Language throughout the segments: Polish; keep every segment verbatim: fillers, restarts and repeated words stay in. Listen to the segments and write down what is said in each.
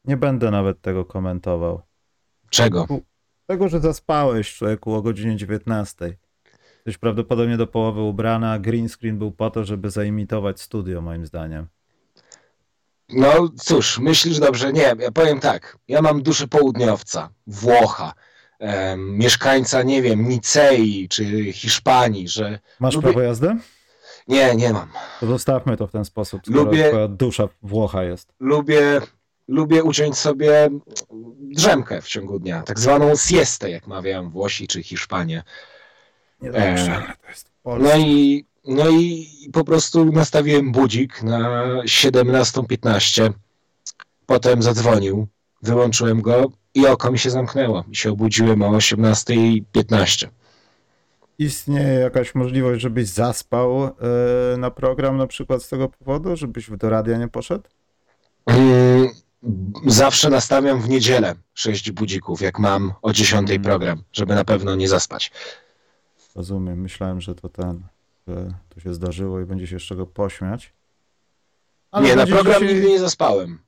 nie będę nawet tego komentował. Czego? Tego, że zaspałeś, człowieku, o godzinie dziewiętnastej. Jesteś prawdopodobnie do połowy ubrana, a green screen był po to, żeby zaimitować studio, moim zdaniem. No cóż, myślisz dobrze. Nie, ja powiem tak. Ja mam duszę południowca, Włocha, em, mieszkańca, nie wiem, Nicei czy Hiszpanii, że Masz lubię... prawo jazdy? Nie, nie mam. To zostawmy to w ten sposób, skoro Lubię, twoja dusza Włocha jest. lubię, lubię uciąć sobie drzemkę w ciągu dnia, tak zwaną siestę, jak mawiają Włosi czy Hiszpanie. Niedopuszczalne E, to jest w no Polsce. i, no i po prostu nastawiłem budzik na siedemnasta piętnaście. Potem zadzwonił, wyłączyłem go i oko mi się zamknęło. I się obudziłem o osiemnasta piętnaście. Istnieje jakaś możliwość, żebyś zaspał yy, na program na przykład z tego powodu, żebyś do radia nie poszedł? Mm, zawsze nastawiam w niedzielę sześć budzików, jak mam o dziesiątej Mm. program, żeby na pewno nie zaspać. Rozumiem, myślałem, że to ten, że to się zdarzyło i będzie się z czego pośmiać. Ale nie, na będzie program dzisiaj... nigdy nie zaspałem.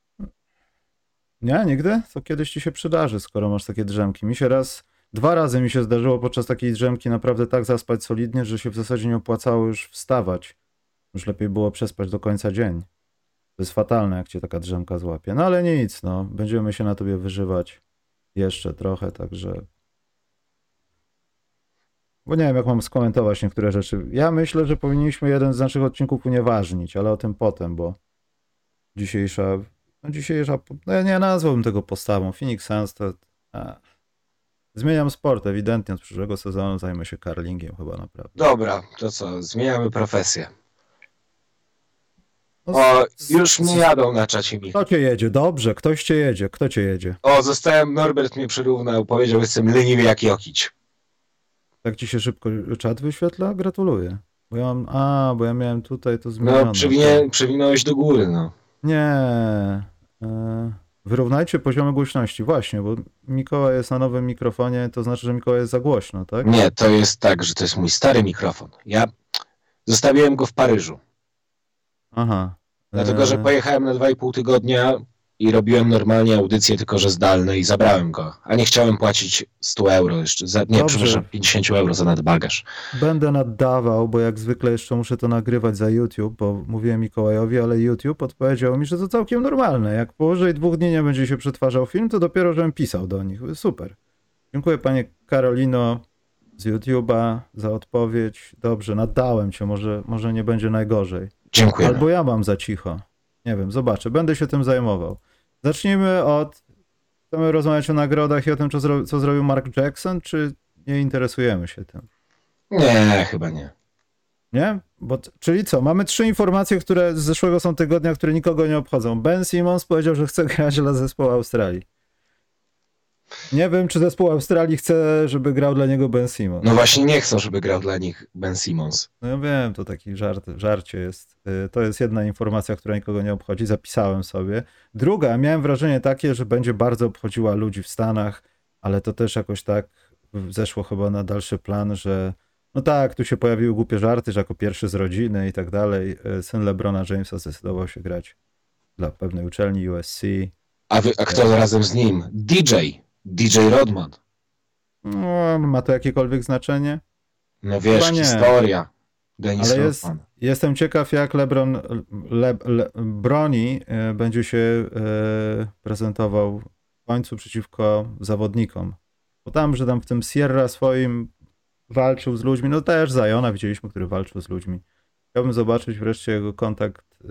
Nie, nigdy? To kiedyś ci się przydarzy, skoro masz takie drzemki. Mi się raz, dwa razy mi się zdarzyło podczas takiej drzemki naprawdę tak zaspać solidnie, że się w zasadzie nie opłacało już wstawać. Już lepiej było przespać do końca dzień. To jest fatalne, jak cię taka drzemka złapie. No ale nic, no. Będziemy się na tobie wyżywać jeszcze trochę, także... Bo nie wiem, jak mam skomentować niektóre rzeczy. Ja myślę, że powinniśmy jeden z naszych odcinków unieważnić, ale o tym potem, bo dzisiejsza... No dzisiejsza... No ja nie nazwałbym tego postawą. Phoenix Suns to... A. Zmieniam sport, ewidentnie od przyszłego sezonu zajmę się curlingiem chyba naprawdę. Dobra, to co, zmieniamy profesję. No, O, s- już mnie s- jadą na czacie mi. Kto cię jedzie? Dobrze, ktoś cię jedzie. Kto cię jedzie? O, zostałem, Norbert mnie przyrównał, powiedział, że jestem leniwy jak Jokić. Tak ci się szybko czat wyświetla? Gratuluję. Bo ja mam... A, bo ja miałem tutaj to zmienione. No, przewinie, przewinąłeś do góry, no. Nie. E, Wyrównajcie poziomy głośności. Właśnie, bo Mikołaj jest na nowym mikrofonie, to znaczy, że Mikołaj jest za głośno, tak? Nie, to jest tak, że to jest mój stary mikrofon. Ja zostawiłem go w Paryżu. Aha. Dlatego, że E, pojechałem na dwa i pół tygodnia i robiłem normalnie audycje, tylko że zdalne i zabrałem go. A nie chciałem płacić sto euro jeszcze. Za, nie, Dobrze. przepraszam, pięćdziesiąt euro za nadbagaż. Będę naddawał, bo jak zwykle jeszcze muszę to nagrywać za YouTube, bo mówiłem Mikołajowi, ale YouTube odpowiedział mi, że to całkiem normalne. Jak powyżej dwóch dni nie będzie się przetwarzał film, to dopiero, żebym pisał do nich. Super. Dziękuję panie Karolino z YouTube'a za odpowiedź. Dobrze, naddałem cię, może, może nie będzie najgorzej. Dziękuję. Albo ja mam za cicho. Nie wiem, zobaczę. Będę się tym zajmował. Zacznijmy od... Chcemy rozmawiać o nagrodach i o tym, co, zro... co zrobił Mark Jackson, czy nie interesujemy się tym? Nie, chyba nie. Nie? Bo, czyli co? Mamy trzy informacje, które z zeszłego są tygodnia, które nikogo nie obchodzą. Ben Simmons powiedział, że chce grać dla zespołu Australii. Nie wiem, czy zespół Australii chce, żeby grał dla niego Ben Simmons. No właśnie nie chcą, żeby grał dla nich Ben Simmons. No ja wiem, to taki żart, żarcie jest. Y, To jest jedna informacja, która nikogo nie obchodzi. Zapisałem sobie. Druga, miałem wrażenie takie, że będzie bardzo obchodziła ludzi w Stanach, ale to też jakoś tak zeszło chyba na dalszy plan, że no tak, tu się pojawiły głupie żarty, że jako pierwszy z rodziny i tak dalej, y, syn LeBrona Jamesa zdecydował się grać dla pewnej uczelni U S C. A, wy, a kto razem z nim? D J. D J Rodman. No, ma to jakiekolwiek znaczenie? No wiesz, Chyba nie. historia. Dennis Ale jest, Rodman. jestem ciekaw, jak LeBron Le, Le, Broni e, będzie się e, prezentował w końcu przeciwko zawodnikom. Bo tam, że tam w tym Sierra swoim walczył z ludźmi, no też Ziona widzieliśmy, który walczył z ludźmi. Chciałbym zobaczyć wreszcie jego kontakt e,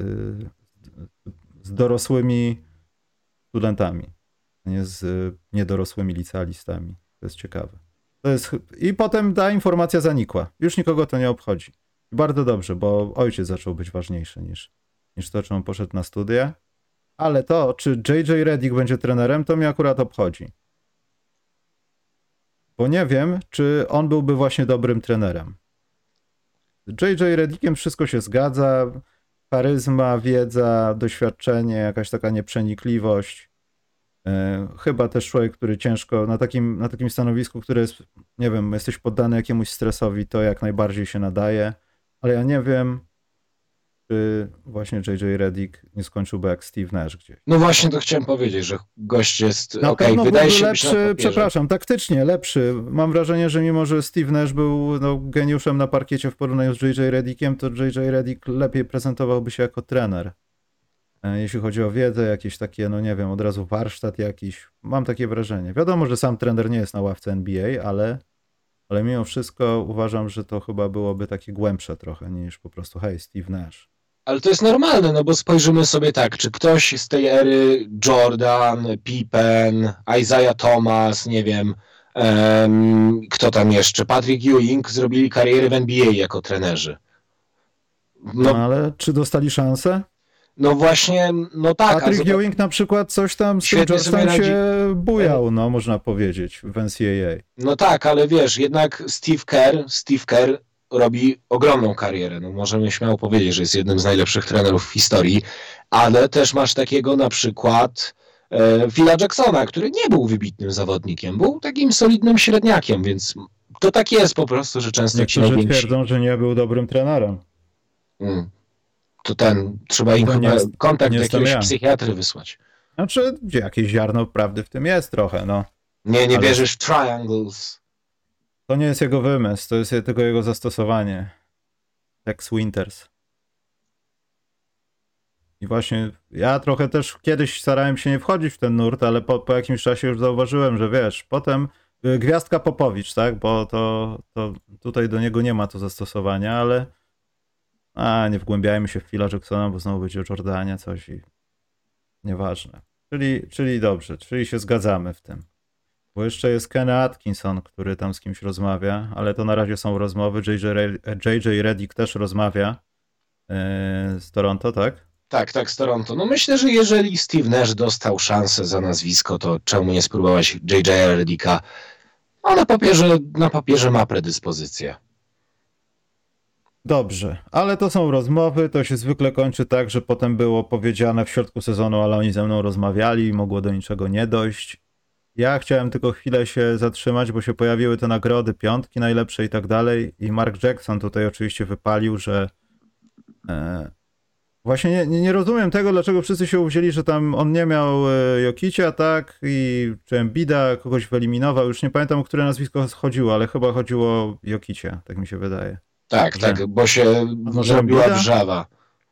z dorosłymi studentami, a nie z e, niedorosłymi licealistami. To jest ciekawe. To jest... I potem ta informacja zanikła. Już nikogo to nie obchodzi. Bardzo dobrze, bo ojciec zaczął być ważniejszy niż, niż to, czy on poszedł na studia. Ale to, czy J J Redick będzie trenerem, to mnie akurat obchodzi. Bo nie wiem, czy on byłby właśnie dobrym trenerem. Z J J Redickiem wszystko się zgadza. Charyzma, wiedza, doświadczenie, jakaś taka nieprzenikliwość. Yy, chyba też człowiek, który ciężko na takim, na takim stanowisku, które jest, nie wiem, jesteś poddany jakiemuś stresowi, to jak najbardziej się nadaje. Ale ja nie wiem, czy właśnie J J Redick nie skończyłby jak Steve Nash gdzieś. No właśnie to chciałem powiedzieć, że gość jest, na okej, pewno wydaje byłby się lepszy, być na papierze. przepraszam, taktycznie lepszy. Mam wrażenie, że mimo, że Steve Nash był no, geniuszem na parkiecie w porównaniu z J J Redickiem, to J J Redick lepiej prezentowałby się jako trener. Jeśli chodzi o wiedzę, jakieś takie, no nie wiem, od razu warsztat jakiś. Mam takie wrażenie. Wiadomo, że sam trener nie jest na ławce N B A, ale, ale mimo wszystko uważam, że to chyba byłoby takie głębsze trochę niż po prostu hej, Steve Nash. Ale to jest normalne, no bo spojrzymy sobie tak, czy ktoś z tej ery Jordan, Pippen, Isaiah Thomas, nie wiem, um, kto tam jeszcze, Patrick Ewing zrobili karierę w N B A jako trenerzy. No, no ale czy dostali szansę? No właśnie, no tak. Patrick Ewing na przykład coś tam z tym Georgetown się bujał, no można powiedzieć, w N C A A. No tak, ale wiesz, jednak Steve Kerr, Steve Kerr robi ogromną karierę. No możemy śmiało powiedzieć, że jest jednym z najlepszych trenerów w historii, ale też masz takiego na przykład e, Phila Jacksona, który nie był wybitnym zawodnikiem, był takim solidnym średniakiem, więc to tak jest po prostu, że często Niektórzy ci najwięksi... twierdzą, że nie był dobrym trenerem. Hmm. To ten, trzeba im chyba kontakt do jakiegoś ja. psychiatry wysłać. Znaczy, jakieś ziarno prawdy w tym jest trochę, no. Nie, nie ale... wierzysz w triangles. To nie jest jego wymysł, to jest tylko jego zastosowanie. Tex Winters. I właśnie ja trochę też kiedyś starałem się nie wchodzić w ten nurt, ale po, po jakimś czasie już zauważyłem, że wiesz, potem y, gwiazdka Popowicz, tak, bo to, to tutaj do niego nie ma to zastosowania, ale a nie wgłębiajmy się w Phila Jacksona, bo znowu będzie o Jordanie coś i nieważne. Czyli, czyli dobrze, czyli się zgadzamy w tym. Bo jeszcze jest Kenny Atkinson, który tam z kimś rozmawia, ale to na razie są rozmowy. J J Redick też rozmawia yy, z Toronto, tak? Tak, tak, z Toronto. No myślę, że jeżeli Steve Nash dostał szansę za nazwisko, to czemu nie spróbować J J Redicka? No na papierze, na papierze ma predyspozycję. Dobrze, ale to są rozmowy, to się zwykle kończy tak, że potem było powiedziane w środku sezonu, ale oni ze mną rozmawiali i mogło do niczego nie dojść. Ja chciałem tylko chwilę się zatrzymać, bo się pojawiły te nagrody, piątki najlepsze i tak dalej i Mark Jackson tutaj oczywiście wypalił, że e, właśnie nie, nie rozumiem tego, dlaczego wszyscy się uwzięli, że tam on nie miał e, Jokicia, tak, i czy Embida kogoś wyeliminował, już nie pamiętam, o które nazwisko chodziło, ale chyba chodziło o Jokicia, tak mi się wydaje. Tak, że... tak, bo się zrobiła wrzawa.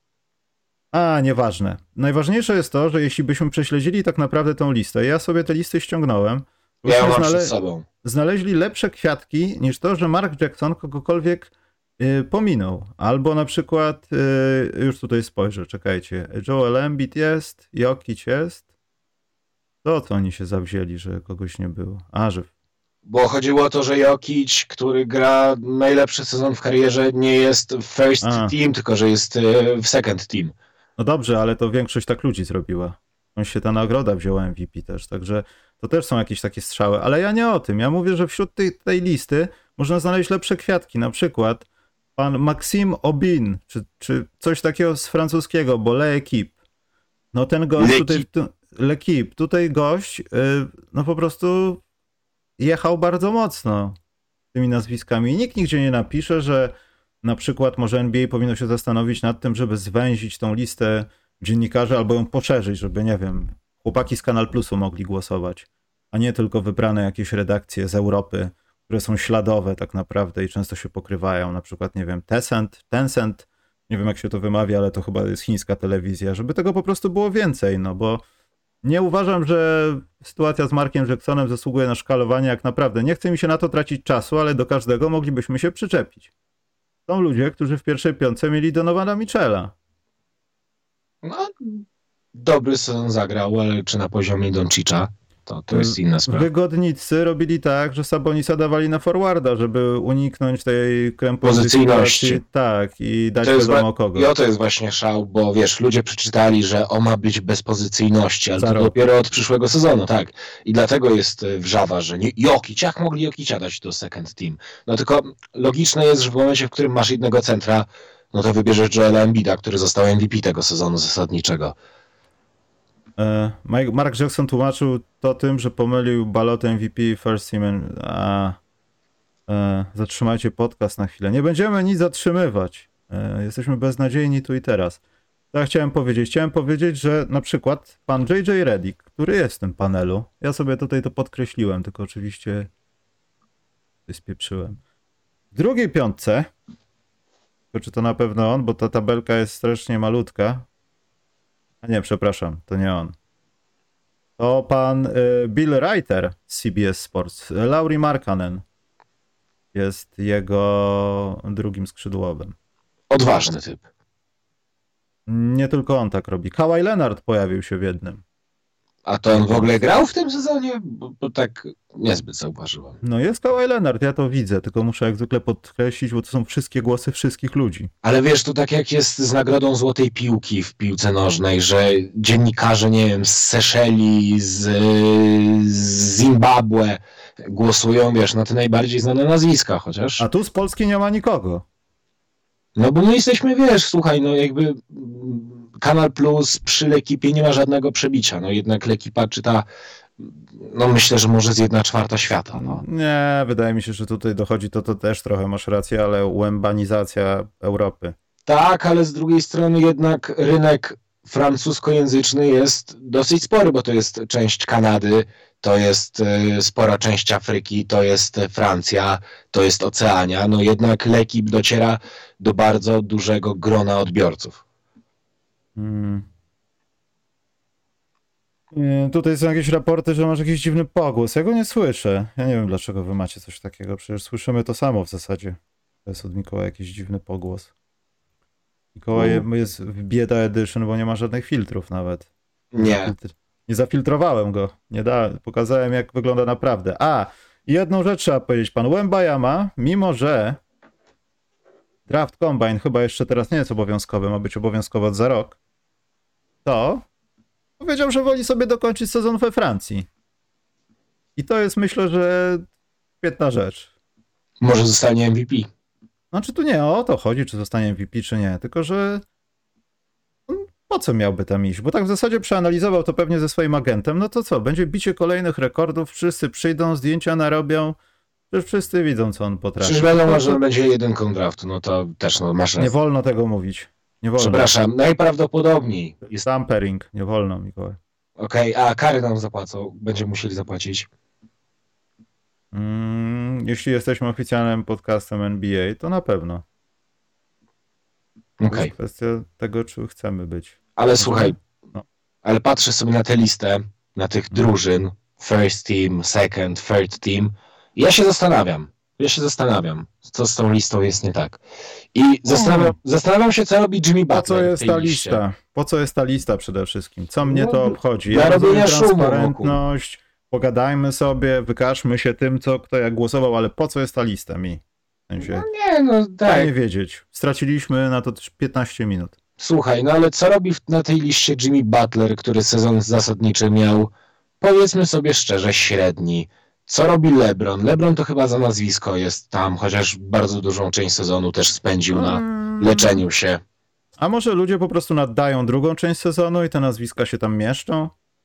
A, nieważne. Najważniejsze jest to, że jeśli byśmy prześledzili tak naprawdę tą listę, ja sobie te listy ściągnąłem, ja ją mam znale... przed sobą. Znaleźli lepsze kwiatki niż to, że Mark Jackson kogokolwiek yy, pominął. Albo na przykład, yy, już tutaj spojrzę, czekajcie, Joel Embiid jest, Jokic jest. To co oni się zawzięli, że kogoś nie było? A, że... Bo chodziło o to, że Jokic, który gra najlepszy sezon w karierze, nie jest w first A. team, tylko że jest w second team. No dobrze, ale to większość tak ludzi zrobiła. On się ta nagroda wzięła M V P też, także to też są jakieś takie strzały, ale ja nie o tym. Ja mówię, że wśród tej, tej listy można znaleźć lepsze kwiatki, na przykład pan Maxime Aubin, czy, czy coś takiego z francuskiego, bo L'Équipe. No ten gość tutaj, L'Équipe, tutaj gość, yy, no po prostu jechał bardzo mocno tymi nazwiskami. Nikt nigdzie nie napisze, że na przykład może N B A powinno się zastanowić nad tym, żeby zwęzić tą listę dziennikarzy albo ją poszerzyć, żeby, nie wiem, chłopaki z Kanal Plusu mogli głosować, a nie tylko wybrane jakieś redakcje z Europy, które są śladowe tak naprawdę i często się pokrywają. Na przykład, nie wiem, Tencent, Tencent, nie wiem jak się to wymawia, ale to chyba jest chińska telewizja, żeby tego po prostu było więcej, no bo nie uważam, że sytuacja z Markiem Jacksonem zasługuje na szkalowanie jak naprawdę. Nie chce mi się na to tracić czasu, ale do każdego moglibyśmy się przyczepić. Są ludzie, którzy w pierwszej piątce mieli Donowana Mitchella. No, dobry sezon zagrał, ale czy na poziomie Doncicza, to, to jest inna sprawa. Wygodnicy robili tak, że Sabonisa dawali na forwarda, żeby uniknąć tej pozycyjności. Tak, i dać wiadomo kogo. I oto jest właśnie szał, bo wiesz, ludzie przeczytali, że on ma być bez pozycyjności, ale to dopiero od przyszłego sezonu, tak. I dlatego jest wrzawa, że nie Jokic, jak mogli Jokicia dać do second team? No tylko logiczne jest, że w momencie, w którym masz jednego centra, no to wybierzesz Joela Embida, który został M V P tego sezonu zasadniczego. Mark Jackson tłumaczył to tym, że pomylił balotę M V P i First Team. A, a, zatrzymajcie podcast na chwilę. Nie będziemy nic zatrzymywać. Jesteśmy beznadziejni tu i teraz. Tak chciałem powiedzieć. Chciałem powiedzieć, że na przykład pan J J Redick, który jest w tym panelu, ja sobie tutaj to podkreśliłem, tylko oczywiście spieprzyłem. W drugiej piątce, czy to na pewno on, bo ta tabelka jest strasznie malutka. A nie, przepraszam, to nie on. To pan y, Bill Reiter z C B S Sports. Lauri Markkanen jest jego drugim skrzydłowym. Odważny typ. Nie tylko on tak robi. Kawhi Leonard pojawił się w jednym. A to on w ogóle grał w tym sezonie? Bo, bo tak niezbyt zauważyłem. No jest Kawhi Leonard, ja to widzę, tylko muszę jak zwykle podkreślić, bo to są wszystkie głosy wszystkich ludzi. Ale wiesz, to tak jak jest z nagrodą Złotej Piłki w piłce nożnej, że dziennikarze, nie wiem, z Seszeli, z, z Zimbabwe głosują, wiesz, na te najbardziej znane nazwiska chociaż. A tu z Polski nie ma nikogo. No bo my jesteśmy, wiesz, słuchaj, no jakby Kanal Plus przy L'Ekipie nie ma żadnego przebicia, no jednak L'Ekipa czyta, no myślę, że może z jedna czwarta świata, no. Nie, wydaje mi się, że tutaj dochodzi to, to też trochę masz rację, ale łębanizacja Europy. Tak, ale z drugiej strony jednak rynek francuskojęzyczny jest dosyć spory, bo to jest część Kanady, to jest spora część Afryki, to jest Francja, to jest Oceania, no jednak L'Ekip dociera do bardzo dużego grona odbiorców. Hmm. Tutaj są jakieś raporty, że masz jakiś dziwny pogłos. Ja go nie słyszę. Ja nie wiem, dlaczego wy macie coś takiego. Przecież słyszymy to samo w zasadzie. To jest od Mikołaja jakiś dziwny pogłos. Mikołaj mm. jest w bieda edition, bo nie ma żadnych filtrów nawet. Nie. Nie zafiltrowałem go. Nie da... Pokazałem, jak wygląda naprawdę. A, i jedną rzecz trzeba powiedzieć. Pan Wembanyama, mimo że Draft Combine chyba jeszcze teraz nie jest obowiązkowy, ma być obowiązkowy od za rok, to powiedział, że woli sobie dokończyć sezon we Francji. I to jest, myślę, że świetna rzecz. Może zostanie M V P. Znaczy tu nie o to chodzi, czy zostanie M V P, czy nie, tylko że po co miałby tam iść? Bo tak w zasadzie przeanalizował to pewnie ze swoim agentem, no to co, będzie bicie kolejnych rekordów, wszyscy przyjdą, zdjęcia narobią, przecież wszyscy widzą, co on potrafi. Przecież wiadomo, że będzie jedynką draftu, no to też no, masz rację. Nie wolno tego mówić. Nie wolno. Przepraszam, najprawdopodobniej. Jest tampering, nie wolno, Mikołaj. Okej, okay, a kary nam zapłacą, będziemy musieli zapłacić. Mm, jeśli jesteśmy oficjalnym podcastem N B A, to na pewno. Okej. Okay. To jest kwestia tego, czy chcemy być. Ale Może? słuchaj, no. ale patrzę sobie na tę listę, na tych drużyn, first team, second, third team, i ja się zastanawiam, ja się zastanawiam, co z tą listą jest nie tak. I zastanawiam, zastanawiam się, co robi Jimmy Butler. Po co jest ta liście. lista? Po co jest ta lista przede wszystkim? Co mnie no, to obchodzi? Ja robię transparentność, pogadajmy sobie, wykażmy się tym, co kto jak głosował, ale po co jest ta lista mi? W sensie, no nie, no tak. Fajnie wiedzieć. Straciliśmy na to piętnaście minut. Słuchaj, no ale co robi na tej liście Jimmy Butler, który sezon zasadniczy miał, powiedzmy sobie szczerze, średni. Co robi LeBron? LeBron to chyba za nazwisko jest tam, chociaż bardzo dużą część sezonu też spędził na leczeniu się. A może ludzie po prostu nadają drugą część sezonu i te nazwiska się tam mieszczą?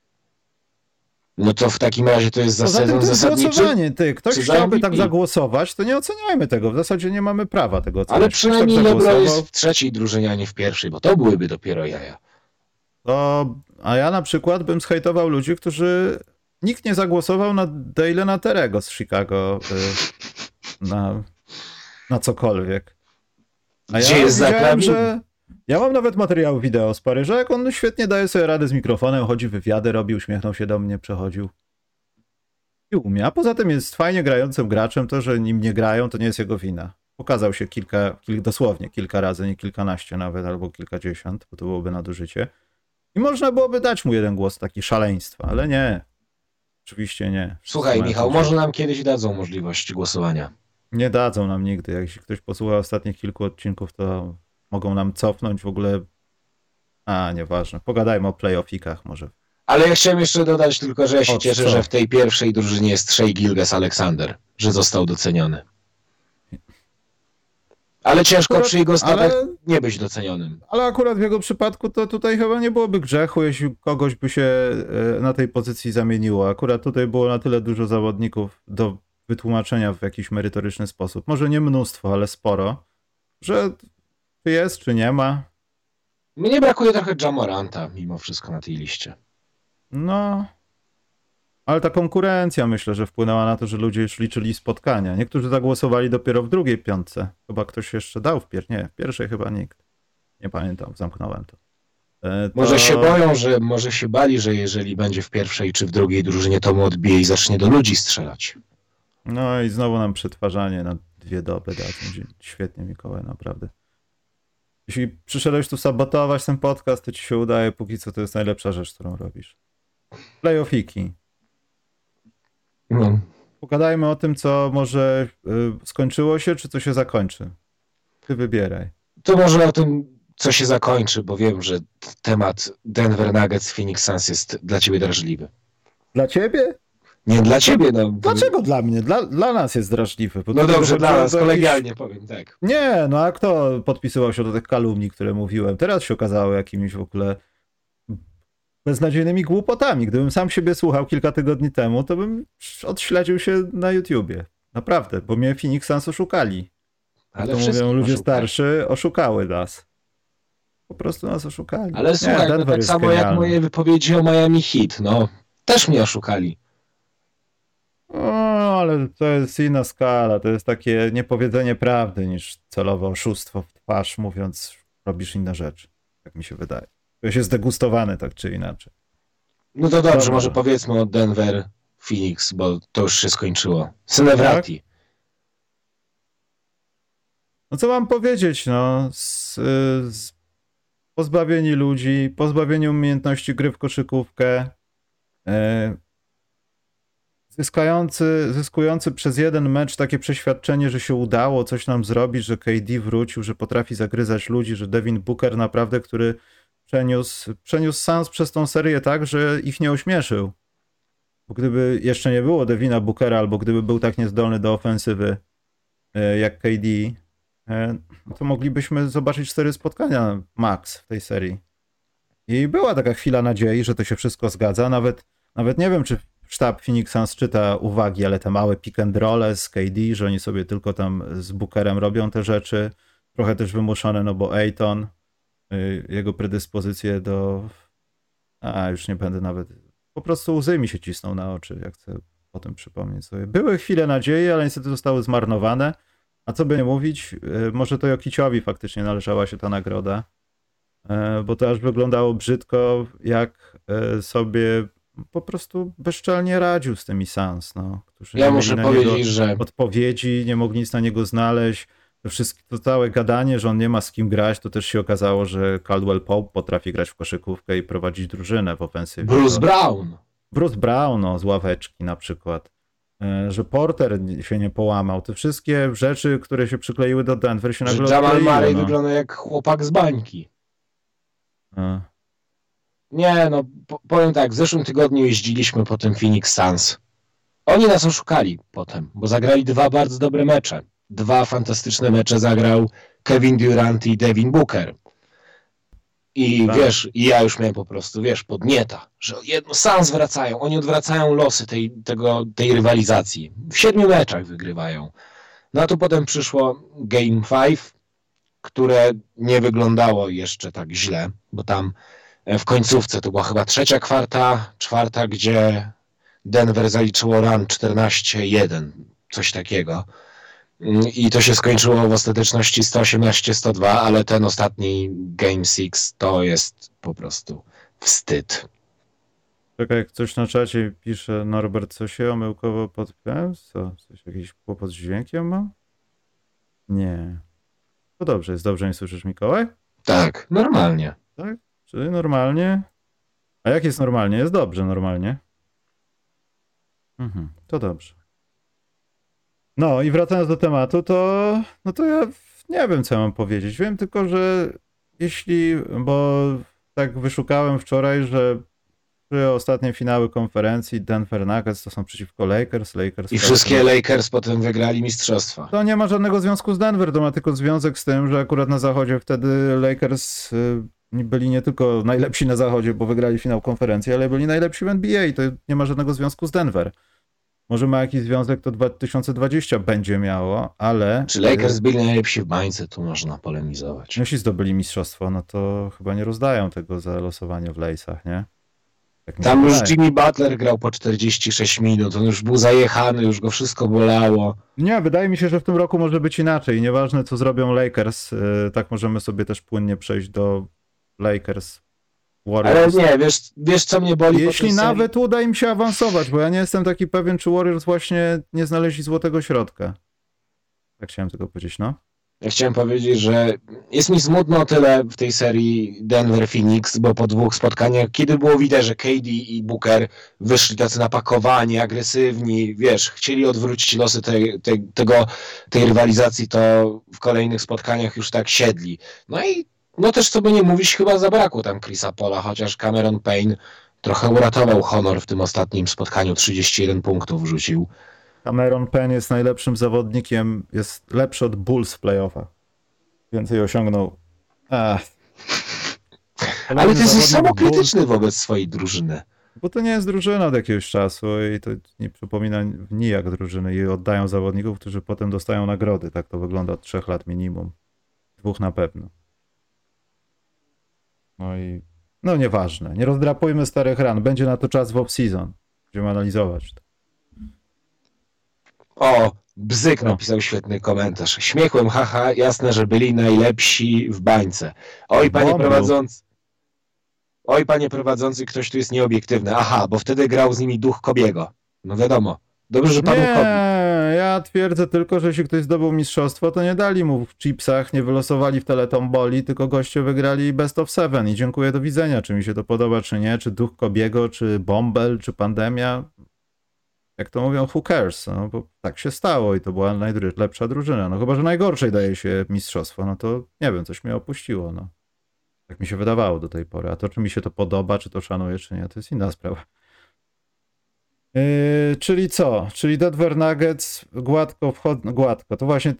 No to w takim razie to jest za Poza sezon tym to jest zasadniczy? Głosowanie, ty. Ktoś Czy chciałby tak zagłosować, to nie oceniajmy tego. W zasadzie nie mamy prawa tego oceniać. Ale przynajmniej LeBron jest w trzeciej drużynie, a nie w pierwszej, bo to byłyby dopiero jaja. To, a ja na przykład bym zhejtował ludzi, którzy... Nikt nie zagłosował na Dalena Terego z Chicago y, na, na cokolwiek. A Gdzie ja jest widziałem, że ja mam nawet materiał wideo z Paryża, jak on świetnie daje sobie radę z mikrofonem, chodzi wywiady, robi, uśmiechnął się do mnie, przechodził. I umie. A poza tym jest fajnie grającym graczem, to, że nim nie grają, to nie jest jego wina. Pokazał się kilka, kil, dosłownie kilka razy, nie kilkanaście nawet, albo kilkadziesiąt, bo to byłoby nadużycie. I można byłoby dać mu jeden głos, taki szaleństwa, ale nie. Oczywiście nie. Wszyscy Słuchaj, Michał, może nam kiedyś dadzą możliwość głosowania. Nie dadzą nam nigdy. Jak jeśli ktoś posłucha ostatnich kilku odcinków, to mogą nam cofnąć w ogóle. A, nieważne. Pogadajmy o playoffikach może. Ale ja chciałem jeszcze dodać tylko, że ja się o, cieszę, co? że w tej pierwszej drużynie jest Shai Gilgeous-Alexander, że został doceniony. Ale ciężko akurat, przy jego statach ale, nie być docenionym. Ale akurat w jego przypadku to tutaj chyba nie byłoby grzechu, jeśli kogoś by się na tej pozycji zamieniło. Akurat tutaj było na tyle dużo zawodników do wytłumaczenia w jakiś merytoryczny sposób. Może nie mnóstwo, ale sporo, że Czy jest, czy nie ma? Mnie brakuje trochę Ja Moranta mimo wszystko na tej liście. No, ale ta konkurencja myślę, że wpłynęła na to, że ludzie już liczyli spotkania. Niektórzy zagłosowali dopiero w drugiej piątce. Chyba ktoś jeszcze dał w pierwszej. Nie, w pierwszej chyba nikt. Nie pamiętam, zamknąłem to. E, to... Może się boją, że może się bali, że jeżeli będzie w pierwszej czy w drugiej drużynie, to mu odbije i zacznie do ludzi strzelać. No i znowu nam przetwarzanie na dwie doby dadzą. Świetnie, Mikołaj, naprawdę. Jeśli przyszedłeś tu sabotować ten podcast, to ci się udaje. Póki co to jest najlepsza rzecz, którą robisz. Playoffiki. No. Pogadajmy o tym, co może y, skończyło się, czy co się zakończy. Ty wybieraj. To może o tym, co się zakończy, bo wiem, że temat Denver Nuggets Phoenix Suns jest dla ciebie drażliwy. Dla ciebie? Nie dla ciebie, no. Dlaczego dla mnie? Dla, dla nas jest drażliwy. No dobrze, dla nas, kolegialnie jakiś... powiem, tak. Nie, no a kto podpisywał się do tych kalumni, które mówiłem? Teraz się okazało jakimiś w ogóle beznadziejnymi głupotami. Gdybym sam siebie słuchał kilka tygodni temu, to bym odśledził się na YouTubie. Naprawdę, bo mnie Phoenix Suns oszukali. Ale to mówią ludzie oszukali. Starszy, oszukały nas. Po prostu nas oszukali. Ale nie, słuchaj, no tak samo genialny. Jak moje wypowiedzi o Miami Heat, no też mnie oszukali. O, ale to jest inna skala, to jest takie niepowiedzenie prawdy niż celowe oszustwo w twarz, mówiąc, robisz inne rzeczy. Tak mi się wydaje. To jest zdegustowany tak czy inaczej. No to dobrze, Dobra. Może powiedzmy o Denver Phoenix, bo to już się skończyło. Celebrati. Tak? No co mam powiedzieć, no z, z pozbawieni ludzi, pozbawieni umiejętności gry w koszykówkę, e, zyskający, zyskujący przez jeden mecz takie przeświadczenie, że się udało coś nam zrobić, że K D wrócił, że potrafi zagryzać ludzi, że Devin Booker naprawdę, który przeniósł, przeniósł Suns przez tą serię tak, że ich nie ośmieszył. Bo gdyby jeszcze nie było Devina Bookera, albo gdyby był tak niezdolny do ofensywy jak K D, to moglibyśmy zobaczyć cztery spotkania max w tej serii. I była taka chwila nadziei, że to się wszystko zgadza. Nawet, nawet nie wiem, czy sztab Phoenix Suns czyta uwagi, ale te małe pick and roll z K D, że oni sobie tylko tam z Bookerem robią te rzeczy. Trochę też wymuszone, no bo Ayton, jego predyspozycje do... A, już nie będę nawet... Po prostu łzy mi się cisną na oczy, jak chcę o tym przypomnieć sobie. Były chwile nadziei, ale niestety zostały zmarnowane. A co by nie mówić, może to Jokiciowi faktycznie należała się ta nagroda, bo to aż wyglądało brzydko, jak sobie po prostu bezczelnie radził z tymi Suns, no, którzy ja nie muszę mieli na powiedzieć, niego że odpowiedzi, nie mogli nic na niego znaleźć. To, wszystko, to całe gadanie, że on nie ma z kim grać, to też się okazało, że Caldwell Pope potrafi grać w koszykówkę i prowadzić drużynę w ofensywie. Bruce Brown. Bruce Brown, no, z ławeczki na przykład. Że Porter się nie połamał. Te wszystkie rzeczy, które się przykleiły do Denver się nagle Jamal odkleiły, Murray no. wygląda jak chłopak z bańki. A. Nie, no powiem tak, w zeszłym tygodniu jeździliśmy po tym Phoenix Suns. Oni nas oszukali potem, bo zagrali dwa bardzo dobre mecze. Dwa fantastyczne mecze zagrał Kevin Durant i Devin Booker. I tak. Wiesz, i ja już miałem po prostu, wiesz, podnieta, że jedno, Suns wracają, oni odwracają losy tej, tego, tej rywalizacji. W siedmiu meczach wygrywają. No a tu potem przyszło Game pięć, które nie wyglądało jeszcze tak źle, bo tam w końcówce to była chyba trzecia kwarta, czwarta, gdzie Denver zaliczyło run czternaście jeden, coś takiego. I to się skończyło w ostateczności sto osiemnaście sto dwa, ale ten ostatni Game six to jest po prostu wstyd. Czekaj, jak coś na czacie pisze, Norbert, co się omyłkowo podpiąłem? Co? Coś, jakiś kłopot z dźwiękiem ma? Nie. To dobrze, jest dobrze, nie słyszysz, Mikołaj? Tak, normalnie. Tak? Czyli normalnie? A jak jest normalnie? Jest dobrze normalnie. Mhm, to dobrze. No i wracając do tematu, to no to ja nie wiem, co ja mam powiedzieć. Wiem tylko, że jeśli, bo tak wyszukałem wczoraj, że trzy ostatnie finały konferencji Denver Nuggets to są przeciwko Lakers. Lakers I wszystkie Lakers potem wygrali mistrzostwa. To nie ma żadnego związku z Denver, to ma tylko związek z tym, że akurat na zachodzie wtedy Lakers byli nie tylko najlepsi na zachodzie, bo wygrali finał konferencji, ale byli najlepsi w N B A i to nie ma żadnego związku z Denver. Może ma jakiś związek, to dwa tysiące dwudziesty będzie miało, ale... Czy Lakers byli najlepsi w bańce, tu można polemizować. Jeśli zdobyli mistrzostwo, no to chyba nie rozdają tego za losowanie w Lejsach, nie? Tak Tam już Jimmy Butler grał po czterdzieści sześć minut, on już był zajechany, już go wszystko bolało. Nie, wydaje mi się, że w tym roku może być inaczej. Nieważne, co zrobią Lakers, tak możemy sobie też płynnie przejść do Lakers. Warriors. Ale nie, wiesz, wiesz co mnie boli? Jeśli nawet serii? Uda im się awansować, bo ja nie jestem taki pewien, czy Warriors właśnie nie znaleźli złotego środka. Tak chciałem tylko powiedzieć, no. Ja chciałem powiedzieć, że jest mi smutno o tyle w tej serii Denver-Phoenix, bo po dwóch spotkaniach, kiedy było widać, że K D i Booker wyszli tacy napakowani, agresywni, wiesz, chcieli odwrócić losy tej, tej, tego, tej rywalizacji, to w kolejnych spotkaniach już tak siedli. No i no też, co by nie mówić, chyba zabrakło tam Chrisa Paula, chociaż Cameron Payne trochę uratował honor w tym ostatnim spotkaniu, trzydzieści jeden punktów wrzucił. Cameron Payne jest najlepszym zawodnikiem, jest lepszy od Bulls w playoffach. Więcej osiągnął. Ach. Ale to jest samokrytyczny Bulls wobec swojej drużyny. Bo to nie jest drużyna od jakiegoś czasu i to nie przypomina nijak drużyny i oddają zawodników, którzy potem dostają nagrody. Tak to wygląda od trzech lat minimum. Dwóch na pewno. No i no nieważne. Nie rozdrapujmy starych ran. Będzie na to czas w off-season. Będziemy analizować to. O, Bzyk napisał świetny komentarz. Śmiechłem, haha, jasne, że byli najlepsi w bańce. Oj, panie Bombu. prowadzący. Oj, panie prowadzący, ktoś tu jest nieobiektywny. Aha, bo wtedy grał z nimi duch Kobiego. No wiadomo. Dobrze, że panu Nie, Kobi. Ja twierdzę tylko, że jeśli ktoś zdobył mistrzostwo, to nie dali mu w chipsach, nie wylosowali w teletomboli, tylko goście wygrali best of seven i dziękuję, do widzenia. Czy mi się to podoba, czy nie, czy duch Kobiego, czy Bąbel, czy pandemia. Jak to mówią, who cares? No, bo tak się stało i to była najlepsza drużyna. No chyba, że najgorszej daje się mistrzostwo, no to nie wiem, coś mnie opuściło. No. Tak mi się wydawało do tej pory. A to, czy mi się to podoba, czy to szanuję, czy nie, to jest inna sprawa. Yy, czyli co? Czyli Denver Nuggets gładko wchodzą, gładko, to właśnie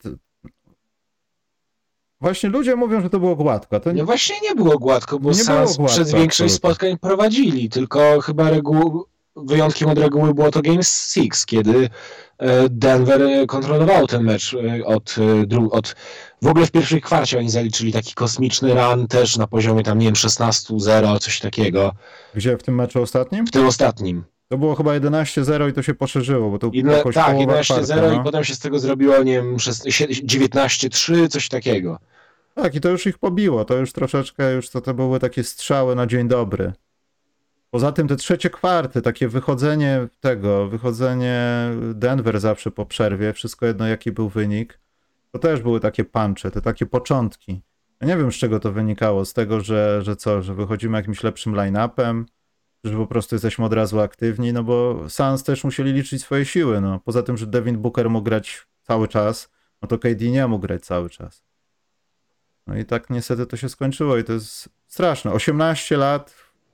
właśnie ludzie mówią, że to było gładko. To nie, właśnie nie było gładko, bo Suns przez większość spotkań prowadzili, tylko chyba reguł, wyjątkiem od reguły było to Game six, kiedy Denver kontrolował ten mecz od, od w ogóle w pierwszej kwarcie oni zaliczyli taki kosmiczny run też na poziomie tam, nie wiem, szesnaście zero, coś takiego. Gdzie, w tym meczu ostatnim? W tym ostatnim. To było chyba jedenaście zero i to się poszerzyło, bo to Jedne, jakoś tak, jedenaście zero no. I potem się z tego zrobiło, nie wiem, dziewiętnaście trzy, coś takiego. Tak, i to już ich pobiło, to już troszeczkę, już to, to były takie strzały na dzień dobry. Poza tym te trzecie kwarty, takie wychodzenie tego, wychodzenie Denver zawsze po przerwie, wszystko jedno jaki był wynik, to też były takie punche, te takie początki. Ja nie wiem, z czego to wynikało, z tego, że, że co, że wychodzimy jakimś lepszym line-upem, że po prostu jesteśmy od razu aktywni, no bo Suns też musieli liczyć swoje siły, no. Poza tym, że Devin Booker mógł grać cały czas, no to K D nie mógł grać cały czas. No i tak niestety to się skończyło i to jest straszne. osiemnaście lat,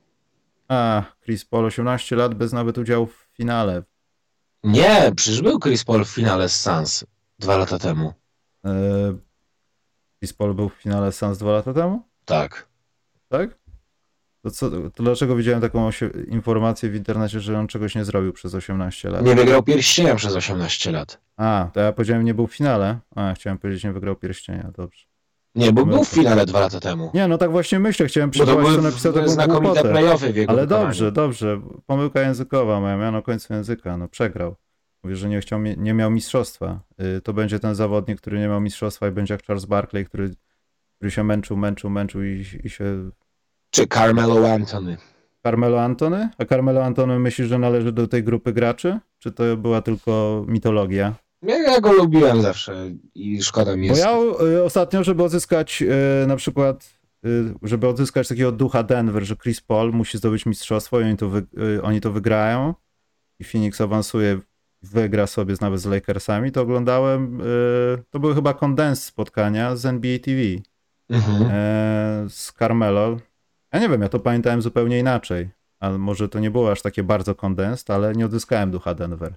a Chris Paul, osiemnaście lat bez nawet udziału w finale. Nie, przecież był Chris Paul w finale z Suns dwa lata temu. Yy, Chris Paul był w finale z Suns dwa lata temu? Tak. Tak? To, co, to dlaczego widziałem taką osie- informację w internecie, że on czegoś nie zrobił przez osiemnaście lat? Nie wygrał pierścienia przez osiemnaście lat. A, to ja powiedziałem, nie był w finale. A, chciałem powiedzieć, nie wygrał pierścienia, dobrze. Nie, bo był w finale dwa lata temu. Nie, no tak właśnie myślę, chciałem przywołać, co napisał taką znakomite play-offy w jego Ale wykonaniu. dobrze, dobrze, pomyłka językowa, moja miano końcu języka, no przegrał. Mówię, że nie chciał, nie miał mistrzostwa. To będzie ten zawodnik, który nie miał mistrzostwa i będzie jak Charles Barkley, który, który się męczył, męczył, męczył i, i się... Czy Carmelo Anthony. Carmelo Anthony? A Carmelo Anthony myślisz, że należy do tej grupy graczy? Czy to była tylko mitologia? Ja, ja go lubiłem zawsze i szkoda mi jest. Bo ja y, ostatnio, żeby odzyskać y, na przykład, y, żeby odzyskać takiego ducha Denver, że Chris Paul musi zdobyć mistrzostwo i oni to, wy, y, oni to wygrają i Phoenix awansuje, wygra sobie nawet z Lakersami, to oglądałem, y, to były chyba kondens spotkania z N B A T V mhm. y, z Carmelo. Ja nie wiem, ja to pamiętałem zupełnie inaczej, a może to nie było aż takie bardzo kondens, ale nie odzyskałem ducha Denver.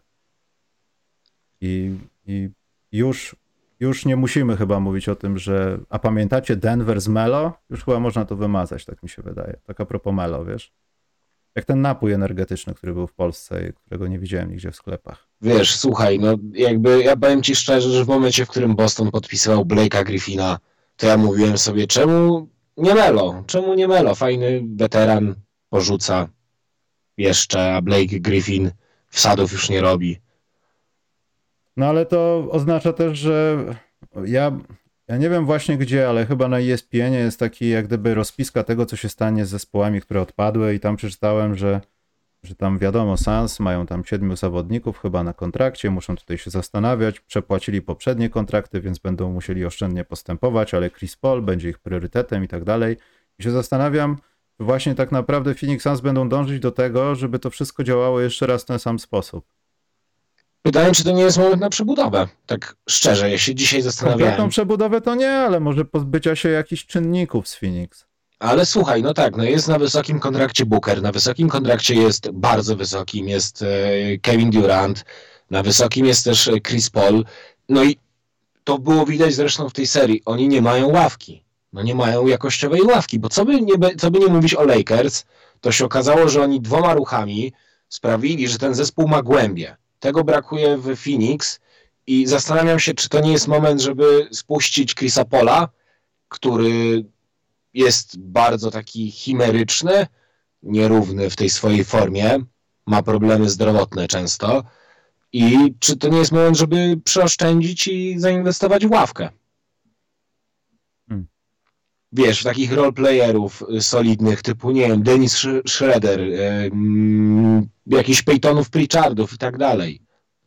I, i już, już nie musimy chyba mówić o tym, że... A pamiętacie Denver z Melo? Już chyba można to wymazać, tak mi się wydaje. Tak a propos Melo, wiesz? Jak ten napój energetyczny, który był w Polsce i którego nie widziałem nigdzie w sklepach. Wiesz, słuchaj, no jakby ja powiem ci szczerze, że w momencie, w którym Boston podpisywał Blake'a Griffina, to ja mówiłem sobie, czemu nie Melo? Czemu nie Melo? Fajny weteran porzuca jeszcze, a Blake Griffin wsadów już nie robi. No ale to oznacza też, że ja, ja nie wiem właśnie gdzie, ale chyba na E S P N jest taki jak gdyby rozpiska tego, co się stanie z zespołami, które odpadły i tam przeczytałem, że, że tam wiadomo, Suns mają tam siedmiu zawodników chyba na kontrakcie, muszą tutaj się zastanawiać, przepłacili poprzednie kontrakty, więc będą musieli oszczędnie postępować, ale Chris Paul będzie ich priorytetem i tak dalej. I się zastanawiam, czy właśnie tak naprawdę Phoenix Suns będą dążyć do tego, żeby to wszystko działało jeszcze raz w ten sam sposób. Pytanie, czy to nie jest moment na przebudowę? Tak szczerze, ja się dzisiaj zastanawiałem. Konkretną przebudowę to nie, ale może pozbycia się jakichś czynników z Phoenix. Ale słuchaj, no tak, no jest na wysokim kontrakcie Booker, na wysokim kontrakcie jest bardzo wysokim, jest Kevin Durant, na wysokim jest też Chris Paul. No i to było widać zresztą w tej serii, oni nie mają ławki. No nie mają jakościowej ławki, bo co by nie, co by nie mówić o Lakers, to się okazało, że oni dwoma ruchami sprawili, że ten zespół ma głębię. Tego brakuje w Phoenix i zastanawiam się, czy to nie jest moment, żeby spuścić Chrisa Paula, który jest bardzo taki chimeryczny, nierówny w tej swojej formie, ma problemy zdrowotne często i czy to nie jest moment, żeby przeoszczędzić i zainwestować w ławkę? Hmm. Wiesz, w takich roleplayerów solidnych typu, nie wiem, Dennis Schroeder, yy, jakichś Peytonów Pritchardów i tak dalej.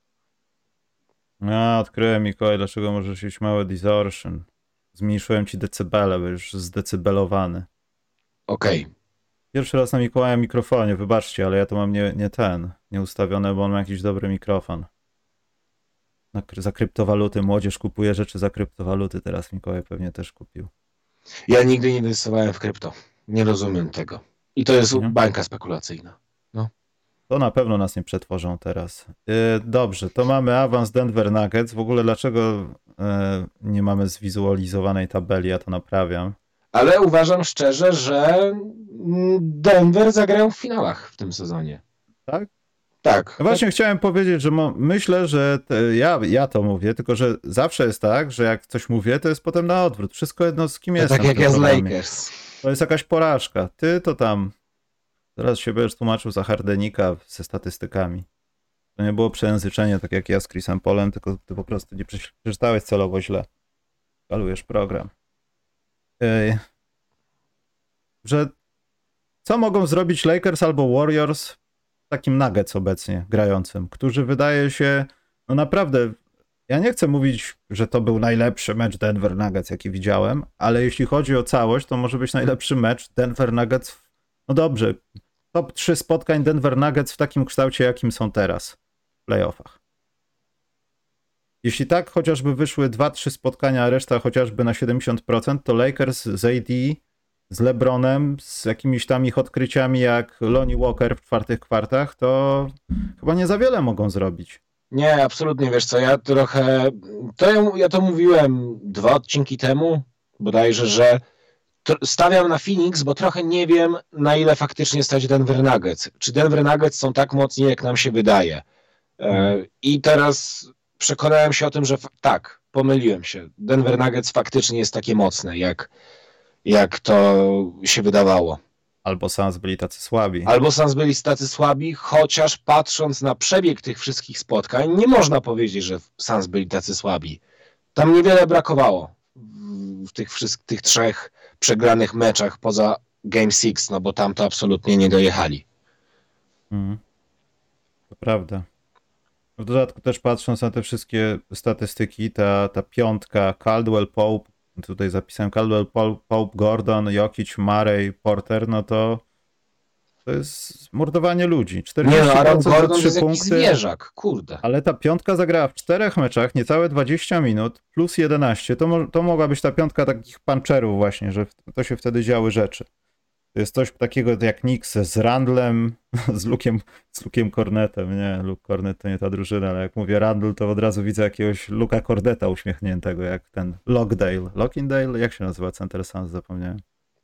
Ja odkryłem, Mikołaj, dlaczego możesz mieć małe distortion. Zmniejszyłem ci decybele, bo już zdecybelowany. Okej. Okay. Pierwszy raz na Mikołaja mikrofonie, wybaczcie, ale ja to mam nie, nie ten, nie ustawione, bo on ma jakiś dobry mikrofon. Na, za kryptowaluty. Młodzież kupuje rzeczy za kryptowaluty, teraz Mikołaj pewnie też kupił. Ja nigdy nie inwestowałem w krypto. Nie rozumiem tego. I to jest mhm. bańka spekulacyjna. No. To na pewno nas nie przetworzą teraz. Yy, dobrze, to mamy awans Denver Nuggets. W ogóle dlaczego yy, nie mamy zwizualizowanej tabeli? Ja to naprawiam. Ale uważam szczerze, że Denver zagrają w finałach w tym sezonie. Tak? Tak. No właśnie tak. Chciałem powiedzieć, że mo- myślę, że te, ja, ja to mówię, tylko że zawsze jest tak, że jak coś mówię, to jest potem na odwrót. Wszystko jedno z kim to jestem. Tak jak ja z Lakers. To jest jakaś porażka. Ty to tam... Teraz się będziesz tłumaczył za Hardenika ze statystykami. To nie było przejęzyczenie, tak jak ja z Chrisem Paulem, tylko ty po prostu nie przeczytałeś celowo źle. Kalujesz program. Ej. Że co mogą zrobić Lakers albo Warriors takim Nuggets obecnie grającym, którzy wydaje się, no naprawdę, ja nie chcę mówić, że to był najlepszy mecz Denver Nuggets, jaki widziałem, ale jeśli chodzi o całość, to może być najlepszy mecz Denver Nuggets, no dobrze, top trzy spotkań Denver Nuggets w takim kształcie, jakim są teraz w playoffach. Jeśli tak chociażby wyszły dwa trzy spotkania, a reszta chociażby na siedemdziesiąt procent, to Lakers z A D, z LeBronem, z jakimiś tam ich odkryciami jak Lonnie Walker w czwartych kwartach, to chyba nie za wiele mogą zrobić. Nie, absolutnie, wiesz co, ja trochę, to ja, ja to mówiłem dwa odcinki temu, bodajże, że stawiam na Phoenix, bo trochę nie wiem, na ile faktycznie stać Denver Nuggets. Czy Denver Nuggets są tak mocni, jak nam się wydaje. Hmm. I teraz przekonałem się o tym, że tak, pomyliłem się. Denver Nuggets faktycznie jest takie mocne, jak, jak to się wydawało. Albo Suns byli tacy słabi. Albo Suns byli tacy słabi, chociaż patrząc na przebieg tych wszystkich spotkań, nie można powiedzieć, że Suns byli tacy słabi. Tam niewiele brakowało w tych wszystkich tych trzech przegranych meczach poza Game six, no bo tam to absolutnie nie dojechali. Mm. To prawda. W dodatku też patrząc na te wszystkie statystyki, ta, ta piątka Caldwell, Pope, tutaj zapisałem Caldwell, Pope, Gordon, Jokic, Murray, Porter, no to to jest mordowanie ludzi. czterdzieści procent nie, no, Aaron Gordon trzy to jest punkty, jakiś zwierzak, kurde. Ale ta piątka zagrała w czterech meczach, niecałe dwadzieścia minut, plus jedenaście. To, mo- to mogła być ta piątka takich puncherów właśnie, że to się wtedy działy rzeczy. To jest coś takiego jak Knicks z Randlem, z Lukiem, z Lukiem Cornetem. Nie, Luke Cornet to nie ta drużyna, ale jak mówię Randle, to od razu widzę jakiegoś Luka Corneta uśmiechniętego, jak ten Lockdale. Lockindale? Jak się nazywa Center Suns? Zapomniałem.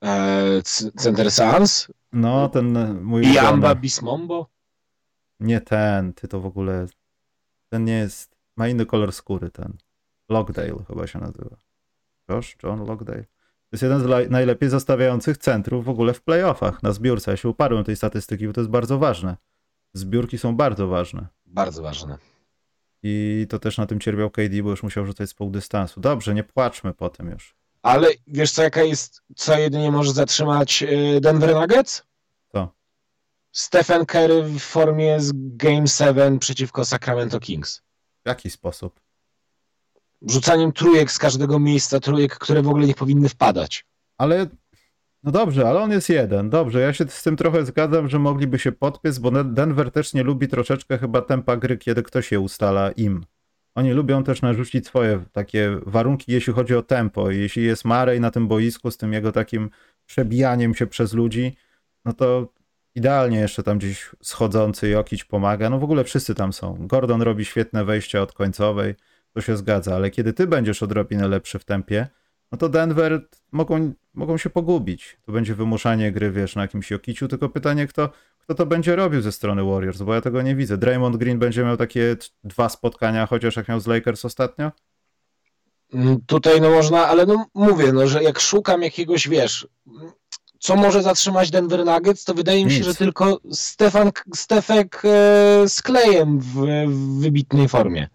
E, Center Sans? No, ten mój Biamba ulubiony. Bismombo? Nie ten, ty to w ogóle... Ten nie jest... Ma inny kolor skóry, ten. Lockdale chyba się nazywa. Josh? John Lockdale. To jest jeden z la- najlepiej zastawiających centrów w ogóle w playoffach na zbiórce. Ja się uparłem tej statystyki, bo to jest bardzo ważne. Zbiórki są bardzo ważne. Bardzo ważne. I to też na tym cierpiał K D, bo już musiał rzucać z pół dystansu. Dobrze, nie płaczmy po tym już. Ale wiesz co, jaka jest, co jedynie może zatrzymać Denver Nuggets? Co? Stephen Curry w formie z Game siedem przeciwko Sacramento Kings. W jaki sposób? Rzucaniem trójek z każdego miejsca, trójek, które w ogóle nie powinny wpadać. Ale, no dobrze, ale on jest jeden. Dobrze, ja się z tym trochę zgadzam, że mogliby się podpiąć, bo Denver też nie lubi troszeczkę chyba tempa gry, kiedy ktoś je ustala im. Oni lubią też narzucić swoje takie warunki, jeśli chodzi o tempo. I jeśli jest Murray na tym boisku z tym jego takim przebijaniem się przez ludzi, no to idealnie jeszcze tam gdzieś schodzący Jokic pomaga. No w ogóle wszyscy tam są. Gordon robi świetne wejścia od końcowej, to się zgadza, ale kiedy ty będziesz odrobinę lepszy w tempie, no to Denver mogą, mogą się pogubić. To będzie wymuszanie gry, wiesz, na jakimś Jokiciu, tylko pytanie, kto, kto to będzie robił ze strony Warriors, bo ja tego nie widzę. Draymond Green będzie miał takie dwa spotkania, chociaż jak miał z Lakers ostatnio? Tutaj no można, ale no mówię, no, że jak szukam jakiegoś, wiesz, co może zatrzymać Denver Nuggets, to wydaje mi się, Nic. że tylko Stefan, Stefek e, z Klejem w, w wybitnej formie.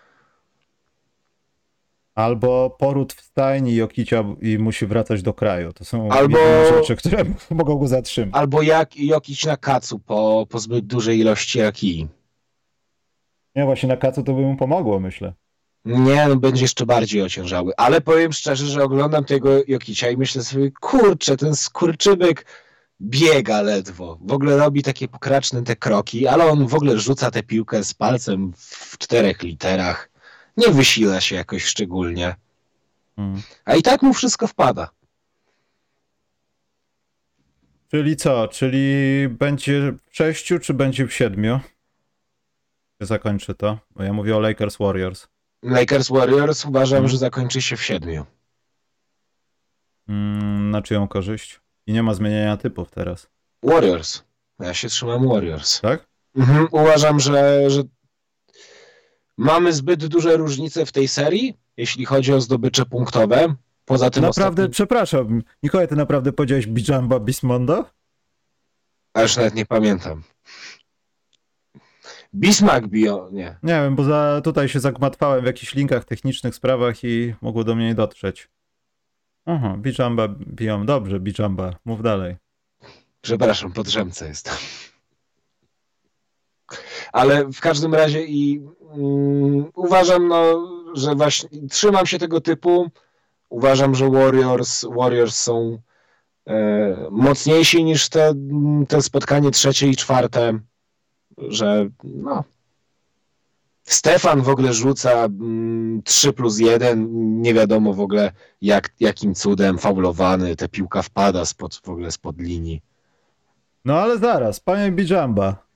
Albo poród w stajni Jokicia i musi wracać do kraju. To są Albo- jedyne rzeczy, które mogą go zatrzymać. Albo jak Jokic na kacu po, po zbyt dużej ilości aki. Nie, właśnie na kacu to by mu pomogło, myślę. Nie, no będzie jeszcze bardziej ociężały. Ale powiem szczerze, że oglądam tego Jokicia i myślę sobie, kurczę, ten skurczybyk biega ledwo. W ogóle robi takie pokraczne te kroki, ale on w ogóle rzuca tę piłkę z palcem w czterech literach. Nie wysila się jakoś szczególnie. Hmm. A i tak mu wszystko wpada. Czyli co? Czyli będzie w sześciu, czy będzie w siedmiu? Zakończy to, bo ja mówię o Lakers Warriors. Lakers Warriors uważam, Hmm. że zakończy się w siedmiu. Mm, na czyją korzyść? I nie ma zmieniania typów teraz, Warriors. Ja się trzymam Warriors. tak? Mhm, uważam, że, że mamy zbyt duże różnice w tej serii, jeśli chodzi o zdobycze punktowe. Poza tym Naprawdę, ostatnim, przepraszam, Mikołaj, ty naprawdę powiedziałeś Bijamba Bismondo? a już nawet nie pamiętam. Bismarck bio, nie. Nie wiem, bo za, tutaj się zagmatwałem w jakichś linkach, technicznych sprawach i mogło do mnie nie dotrzeć. Aha, Bijamba biją. Dobrze, Bijamba, mów dalej. Przepraszam, po drzemce jestem. Ale w każdym razie i mm, uważam, no, że właśnie trzymam się tego typu. Uważam, że Warriors, Warriors są e, mocniejsi niż te, te spotkanie trzecie i czwarte, że no. Stefan w ogóle rzuca mm, trzy plus jeden, nie wiadomo w ogóle jak, jakim cudem, faulowany, ta piłka wpada spod, w ogóle spod linii. No ale zaraz, panie Bijamba.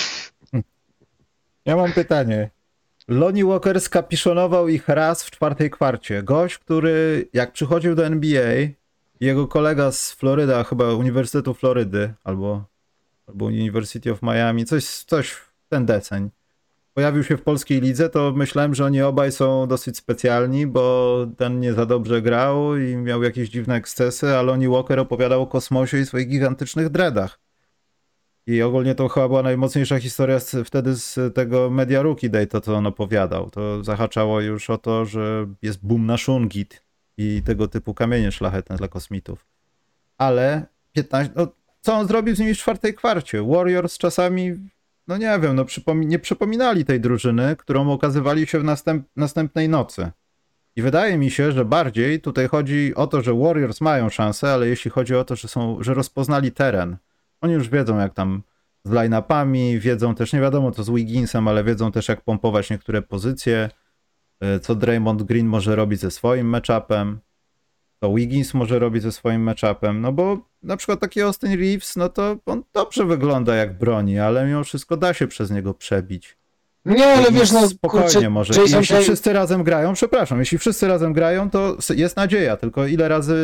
Ja mam pytanie. Lonnie Walker skapiszonował ich raz w czwartej kwarcie. Gość, który jak przychodził do N B A, jego kolega z Floryda, chyba Uniwersytetu Florydy, albo, albo University of Miami, coś, coś w ten deseń, pojawił się w polskiej lidze, to myślałem, że oni obaj są dosyć specjalni, bo ten nie za dobrze grał i miał jakieś dziwne ekscesy, a Lonnie Walker opowiadał o kosmosie i swoich gigantycznych dreadach. I ogólnie to chyba była najmocniejsza historia z, wtedy z tego Media Rookie Day, to co on opowiadał. To zahaczało już o to, że jest boom na Shungit i tego typu kamienie szlachetne dla kosmitów. Ale piętnaście, no, co on zrobił z nimi w czwartej kwarcie? Warriors czasami, no nie wiem, no przypomi- nie przypominali tej drużyny, którą okazywali się w następ- następnej nocy. I wydaje mi się, że bardziej tutaj chodzi o to, że Warriors mają szansę, ale jeśli chodzi o to, że są, że rozpoznali teren. Oni już wiedzą jak tam z line-upami, wiedzą też, nie wiadomo co z Wigginsem, ale wiedzą też jak pompować niektóre pozycje, co Draymond Green może robić ze swoim matchupem, co Wiggins może robić ze swoim matchupem, no bo na przykład taki Austin Reeves, no to on dobrze wygląda jak broni, ale mimo wszystko da się przez niego przebić. Nie, ale No, wiesz, no spokojnie kurczę, może. Jason Jeśli Tatum- wszyscy razem grają, przepraszam, jeśli wszyscy razem grają, to jest nadzieja, tylko ile razy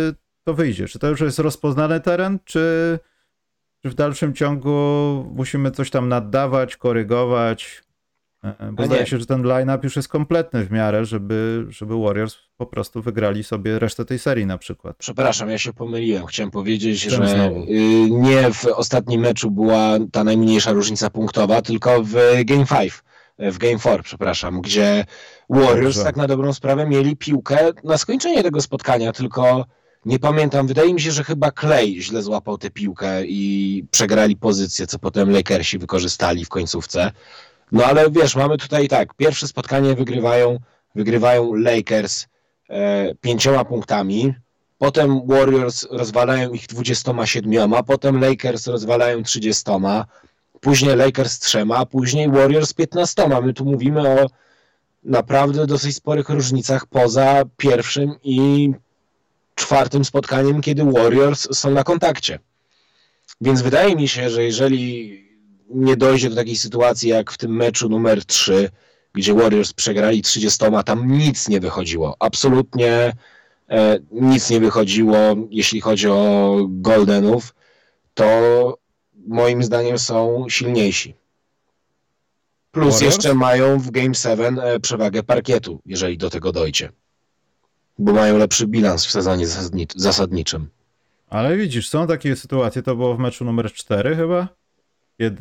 to wyjdzie? Czy to już jest rozpoznany teren, czy, czy w dalszym ciągu musimy coś tam naddawać, korygować? Bo A zdaje nie. się, że ten line-up już jest kompletny w miarę, żeby, żeby Warriors po prostu wygrali sobie resztę tej serii na przykład. Przepraszam, ja się pomyliłem. Chciałem powiedzieć, Czym że znowu? y, nie w ostatnim meczu była ta najmniejsza różnica punktowa, tylko w Game pięć, w Game cztery, przepraszam, gdzie Warriors Dobrze. tak na dobrą sprawę mieli piłkę na skończenie tego spotkania, tylko nie pamiętam, wydaje mi się, że chyba Clay źle złapał tę piłkę i przegrali pozycję, co potem Lakersi wykorzystali w końcówce. No ale wiesz, mamy tutaj tak, pierwsze spotkanie wygrywają, wygrywają Lakers e, pięcioma punktami, potem Warriors rozwalają ich dwudziestoma siedmioma, potem Lakers rozwalają trzydziestoma, później Lakers trzema, później Warriors piętnastoma. My tu mówimy o naprawdę dosyć sporych różnicach poza pierwszym i czwartym spotkaniem, kiedy Warriors są na kontakcie. Więc wydaje mi się, że jeżeli nie dojdzie do takiej sytuacji jak w tym meczu numer trzy, gdzie Warriors przegrali trzydziestoma, tam nic nie wychodziło. Absolutnie e, nic nie wychodziło, jeśli chodzi o Goldenów, to moim zdaniem są silniejsi. Plus Warriors? jeszcze mają w Game siedem e, przewagę parkietu, jeżeli do tego dojdzie. Bo mają lepszy bilans w sezonie zasadnicz- zasadniczym. Ale widzisz, są takie sytuacje, to było w meczu numer cztery chyba, kiedy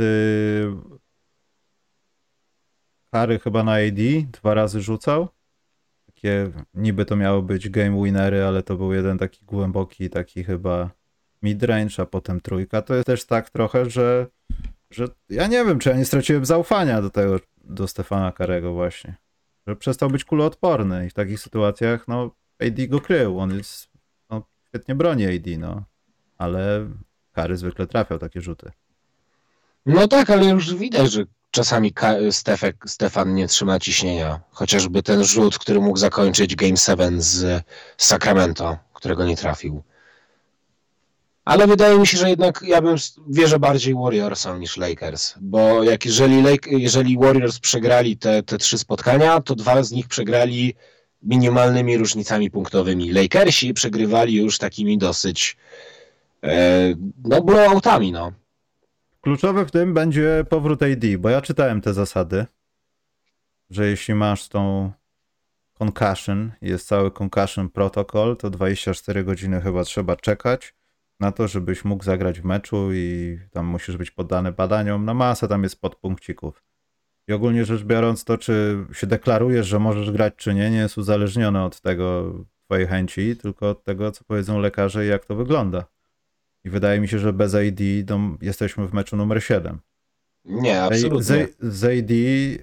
Curry chyba na A D dwa razy rzucał. Takie niby to miało być game winery, ale to był jeden taki głęboki, taki chyba midrange, a potem trójka. To jest też tak trochę, że, że ja nie wiem, czy ja nie straciłem zaufania do tego, do Stefana Curry'ego właśnie. Że przestał być kuloodporny i w takich sytuacjach, no, A D go krył. On jest, no, świetnie broni A D, no. Ale Curry zwykle trafiał takie rzuty. No tak, ale już widać, że czasami Ka- Stefek, Stefan nie trzyma ciśnienia. Chociażby ten rzut, który mógł zakończyć Game siedem z Sacramento, którego nie trafił. Ale wydaje mi się, że jednak ja bym wierzę bardziej Warriorsom niż Lakers, bo jak jeżeli, Lake, jeżeli Warriors przegrali te, te trzy spotkania, to dwa z nich przegrali minimalnymi różnicami punktowymi. Lakersi przegrywali już takimi dosyć e, no blowoutami, no. Kluczowy w tym będzie powrót A D, bo ja czytałem te zasady, że jeśli masz tą concussion, jest cały concussion protocol, to dwadzieścia cztery godziny chyba trzeba czekać na to, żebyś mógł zagrać w meczu i tam musisz być poddany badaniom. Na masę tam jest podpunkcików. I ogólnie rzecz biorąc, to czy się deklarujesz, że możesz grać czy nie, nie jest uzależnione od tego twojej chęci, tylko od tego, co powiedzą lekarze i jak to wygląda. I wydaje mi się, że bez A D no, jesteśmy w meczu numer siedem. Nie, absolutnie. Z, z A D yy,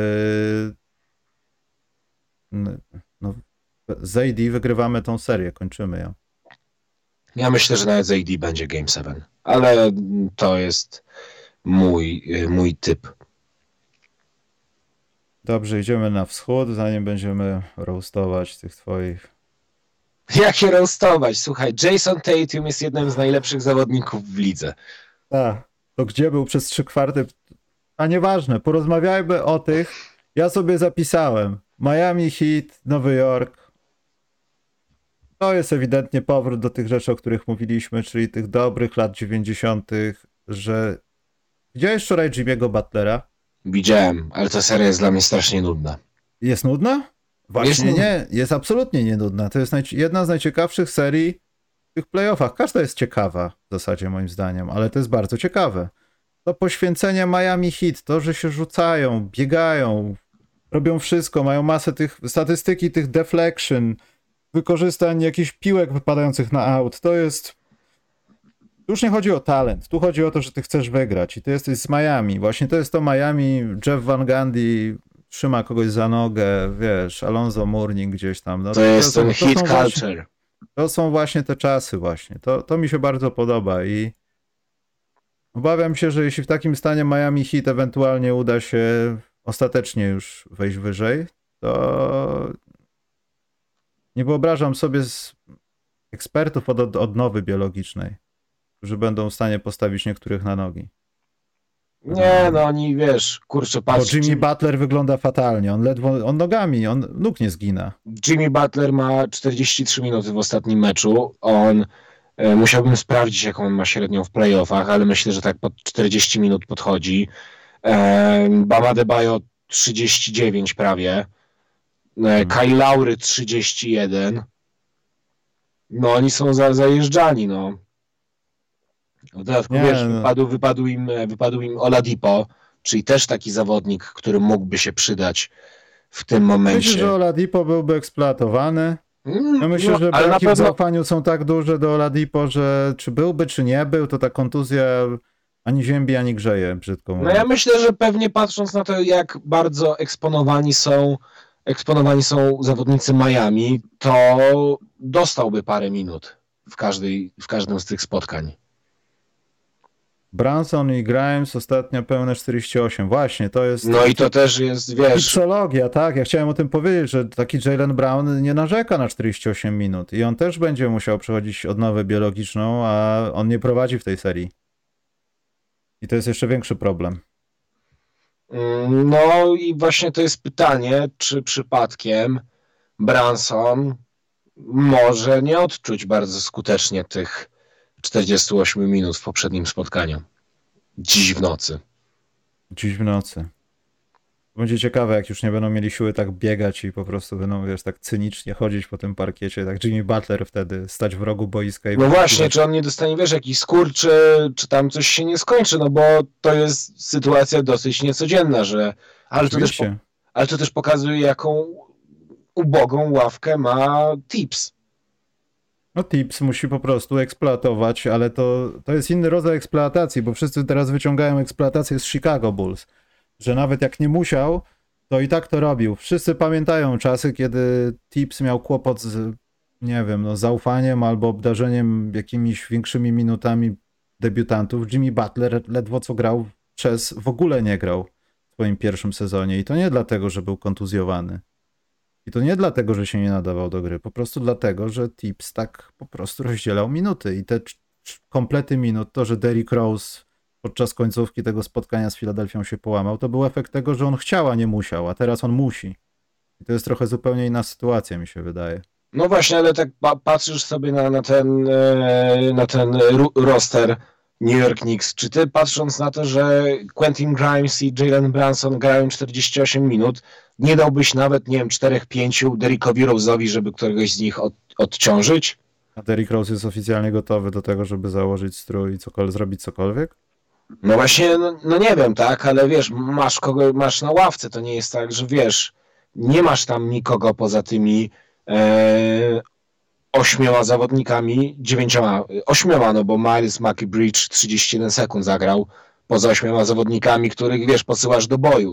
no, z A D wygrywamy tą serię, kończymy ją. Ja myślę, że nawet z A D będzie Game siedem, ale to jest mój, mój typ. Dobrze, idziemy na wschód, zanim będziemy roastować tych twoich. Jak się roastować? Słuchaj, Jason Tatum jest jednym z najlepszych zawodników w lidze. Tak, to gdzie był przez trzy kwarty? A nieważne, porozmawiajmy o tych. Ja sobie zapisałem. Miami Heat, Nowy Jork. To jest ewidentnie powrót do tych rzeczy, o których mówiliśmy, czyli tych dobrych lat dziewięćdziesiątych, że... Widziałeś wczoraj Jimmy'ego Butlera? Widziałem, ale ta seria jest dla mnie strasznie nudna. Jest nudna? Właśnie Jest nie, jest absolutnie nie nudna. To jest najci- jedna z najciekawszych serii w tych playoffach. Każda jest ciekawa w zasadzie moim zdaniem, ale to jest bardzo ciekawe. To poświęcenie Miami Heat, to, że się rzucają, biegają, robią wszystko, mają masę tych statystyki, tych deflection, wykorzystań jakichś piłek wypadających na out. To jest... Tu już nie chodzi o talent, tu chodzi o to, że ty chcesz wygrać i ty jesteś z Miami. Właśnie to jest to Miami, Jeff Van Gundy trzyma kogoś za nogę, wiesz, Alonzo Mourning gdzieś tam. No, to, to jest są, ten to hit są culture. Właśnie, to są właśnie te czasy właśnie. To, to mi się bardzo podoba i obawiam się, że jeśli w takim stanie Miami Heat ewentualnie uda się ostatecznie już wejść wyżej, to nie wyobrażam sobie z ekspertów od odnowy biologicznej, którzy będą w stanie postawić niektórych na nogi. Nie, no oni, wiesz, kurczę, patrz... Bo Jimmy Jim... Butler wygląda fatalnie, on ledwo, on nogami, on nóg nie zgina. Jimmy Butler ma czterdzieści trzy minuty w ostatnim meczu, on... E, musiałbym sprawdzić, jaką on ma średnią w playoffach, ale myślę, że tak pod czterdzieści minut podchodzi. E, Bam Adebayo trzydzieści dziewięć prawie. E, Kyle Lowry trzydzieści jeden. No oni są za, zajeżdżani, no. W dodatku, Nie, wiesz, no. wypadł, wypadł, im, wypadł im Oladipo, czyli też taki zawodnik, który mógłby się przydać w tym momencie. Myślę, że Oladipo byłby eksploatowany. Mm, Ja myślę, no, że ale na braki w pewno... zaufaniu są tak duże do Oladipo, że czy byłby, czy nie był, to ta kontuzja ani ziębi, ani grzeje, brzydko mówiąc. No ja myślę, że pewnie patrząc na to, jak bardzo eksponowani są eksponowani są zawodnicy Miami, to dostałby parę minut w, każdej, w każdym z tych spotkań. Branson i Grimes ostatnio pełne czterdzieści osiem. Właśnie, to jest... No i to też jest, wiesz... Pixologia, tak. Ja chciałem o tym powiedzieć, że taki Jaylen Brown nie narzeka na czterdzieści osiem minut i on też będzie musiał przechodzić odnowę biologiczną, a on nie prowadzi w tej serii. I to jest jeszcze większy problem. No i właśnie to jest pytanie, czy przypadkiem Branson może nie odczuć bardzo skutecznie tych czterdziestu ośmiu minut w poprzednim spotkaniu. Dziś w nocy. Dziś w nocy. Będzie ciekawe, jak już nie będą mieli siły tak biegać i po prostu będą, wiesz, tak cynicznie chodzić po tym parkiecie, tak Jimmy Butler wtedy stać w rogu boiska i... No właśnie, czy on nie dostanie, wiesz, jakiś skór, czy, czy tam coś się nie skończy, no bo to jest sytuacja dosyć niecodzienna, że... Ale to też, ale to też pokazuje, jaką ubogą ławkę ma Tips. No Tips musi po prostu eksploatować, ale to, to jest inny rodzaj eksploatacji, bo wszyscy teraz wyciągają eksploatację z Chicago Bulls, że nawet jak nie musiał, to i tak to robił. Wszyscy pamiętają czasy, kiedy Tips miał kłopot z, nie wiem, no, zaufaniem albo obdarzeniem jakimiś większymi minutami debiutantów. Jimmy Butler ledwo co grał, przez w ogóle nie grał w swoim pierwszym sezonie i to nie dlatego, że był kontuzjowany. I to nie dlatego, że się nie nadawał do gry, po prostu dlatego, że Tips tak po prostu rozdzielał minuty i te komplety minut, to, że Derrick Rose podczas końcówki tego spotkania z Filadelfią się połamał, to był efekt tego, że on chciał, a nie musiał, a teraz on musi. I to jest trochę zupełnie inna sytuacja, mi się wydaje. No właśnie, ale tak pa- patrzysz sobie na, na ten, na ten roster New York Knicks. Czy ty, patrząc na to, że Quentin Grimes i Jalen Brunson grają czterdzieści osiem minut, nie dałbyś nawet, nie wiem, cztery pięć Derrickowi Rose'owi, żeby któregoś z nich od, odciążyć? A Derrick Rose jest oficjalnie gotowy do tego, żeby założyć strój i cokolwiek, zrobić cokolwiek? No właśnie, no, no nie wiem, tak, ale wiesz, masz kogo, masz na ławce, to nie jest tak, że wiesz, nie masz tam nikogo poza tymi e, ośmioma zawodnikami, dziewięcioma, ośmioma, no bo Miles McBridge trzydzieści jeden sekund zagrał, poza ośmioma zawodnikami, których, wiesz, posyłasz do boju.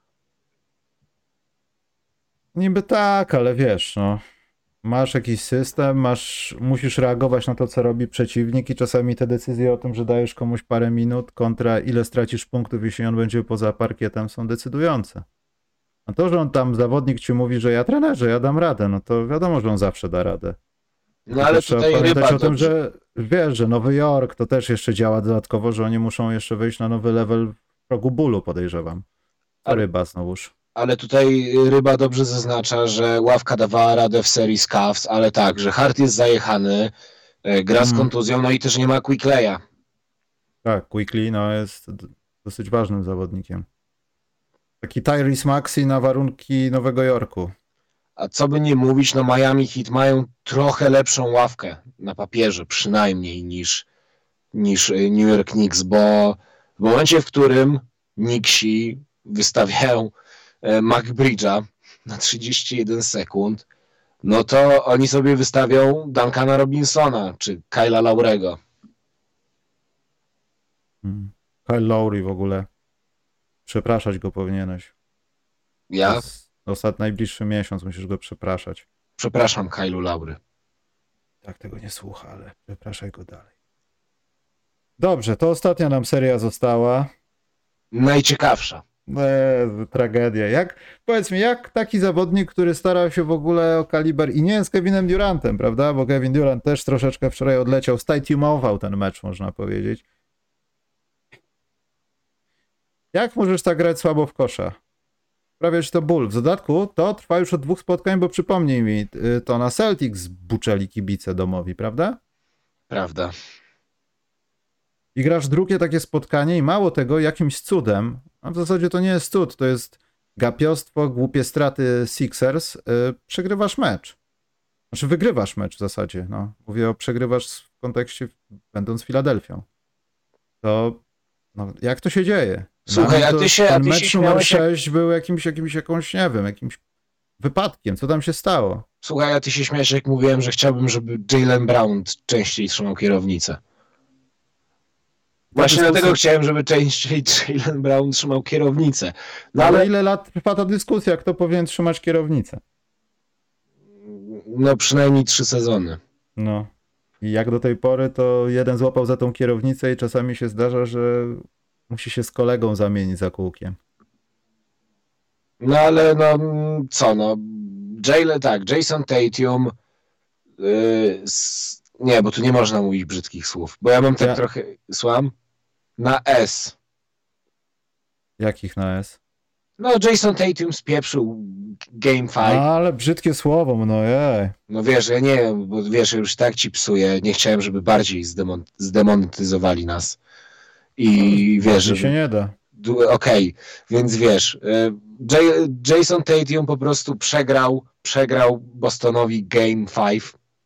Niby tak, ale wiesz, no, masz jakiś system, masz, musisz reagować na to, co robi przeciwnik i czasami te decyzje o tym, że dajesz komuś parę minut kontra ile stracisz punktów, jeśli on będzie poza parkietem, są decydujące. A to, że on tam, zawodnik ci mówi, że ja trenerze, ja dam radę, no to wiadomo, że on zawsze da radę. No ale trzeba tutaj pamiętać Ryba o tym, dobrze. że wiesz, że Nowy Jork to też jeszcze działa dodatkowo, że oni muszą jeszcze wejść na nowy level w progu bólu, podejrzewam. To Ale- Ryba znowuż. Ale tutaj Ryba dobrze zaznacza, że ławka dawała radę w serii z Cavs, ale tak, że Hart jest zajechany, e, gra z Mm. kontuzją, no i też nie ma Quickleya. Tak, Quickly no, jest d- dosyć ważnym zawodnikiem. Taki Tyrese Maxey na warunki Nowego Jorku. A co by nie mówić, no Miami Heat mają trochę lepszą ławkę na papierze przynajmniej niż, niż e, New York Knicks, bo w momencie, w którym Knicksi wystawiają e, McBridge'a na trzydzieści jeden sekund, no to oni sobie wystawią Duncana Robinsona czy Kyla Laurego. Mm. Kyle Lowry w ogóle. Przepraszać go powinieneś. To Ja jest Ostatni najbliższy miesiąc musisz go przepraszać. przepraszam Kylu Laury. Tak tego nie słucha, ale przepraszaj go dalej. Dobrze, to ostatnia nam seria została. Najciekawsza. Eee, tragedia. Jak, powiedz mi, jak taki zawodnik, który starał się w ogóle o kaliber i nie jest Kevinem Durantem, prawda? Bo Kevin Durant też troszeczkę wczoraj odleciał, stajtumował ten mecz, można powiedzieć. Jak możesz tak grać słabo w kosza? Prawie że to ból. W dodatku to trwa już od dwóch spotkań, bo przypomnij mi, to na Celtics buczeli kibice domowi, prawda? Prawda. I grasz drugie takie spotkanie i mało tego, jakimś cudem, a w zasadzie to nie jest cud, to jest gapiostwo, głupie straty Sixers, yy, przegrywasz mecz. Znaczy wygrywasz mecz w zasadzie, no. Mówię o przegrywasz w kontekście będąc Filadelfią. To, no, jak to się dzieje? Słuchaj, a ty się, ten a ty mecz się numer śmiałeś sześć jak... był jakimś, jakimś, jakąś, nie wiem, jakimś wypadkiem. Co tam się stało? Słuchaj, a ty się śmiałeś, jak mówiłem, że chciałbym, żeby Jaylen Brown częściej trzymał kierownicę. Właśnie dyskusja... dlatego chciałem, żeby częściej Jaylen Brown trzymał kierownicę. No ale... ale ile lat trwa ta dyskusja, kto powinien trzymać kierownicę? No przynajmniej trzy sezony. No. I jak do tej pory, to jeden złapał za tą kierownicę i czasami się zdarza, że musi się z kolegą zamienić za kółkiem. No ale no co no, Jaylen, tak, Jason Tatum, yy, s, nie, bo tu nie można mówić brzydkich słów, bo ja mam tak ja... trochę, słucham, na S. Jakich na S? No Jason Tatum spieprzył Game pięć. Ale brzydkie słowo, no jej. No wiesz, ja nie wiem, bo wiesz, już tak ci psuję, nie chciałem, żeby bardziej zdemon, zdemonetyzowali nas. I no, wiesz, żeby... się nie da. Okej, okay. Więc wiesz, Jay, Jason Tatum po prostu przegrał, przegrał Bostonowi Game pięć,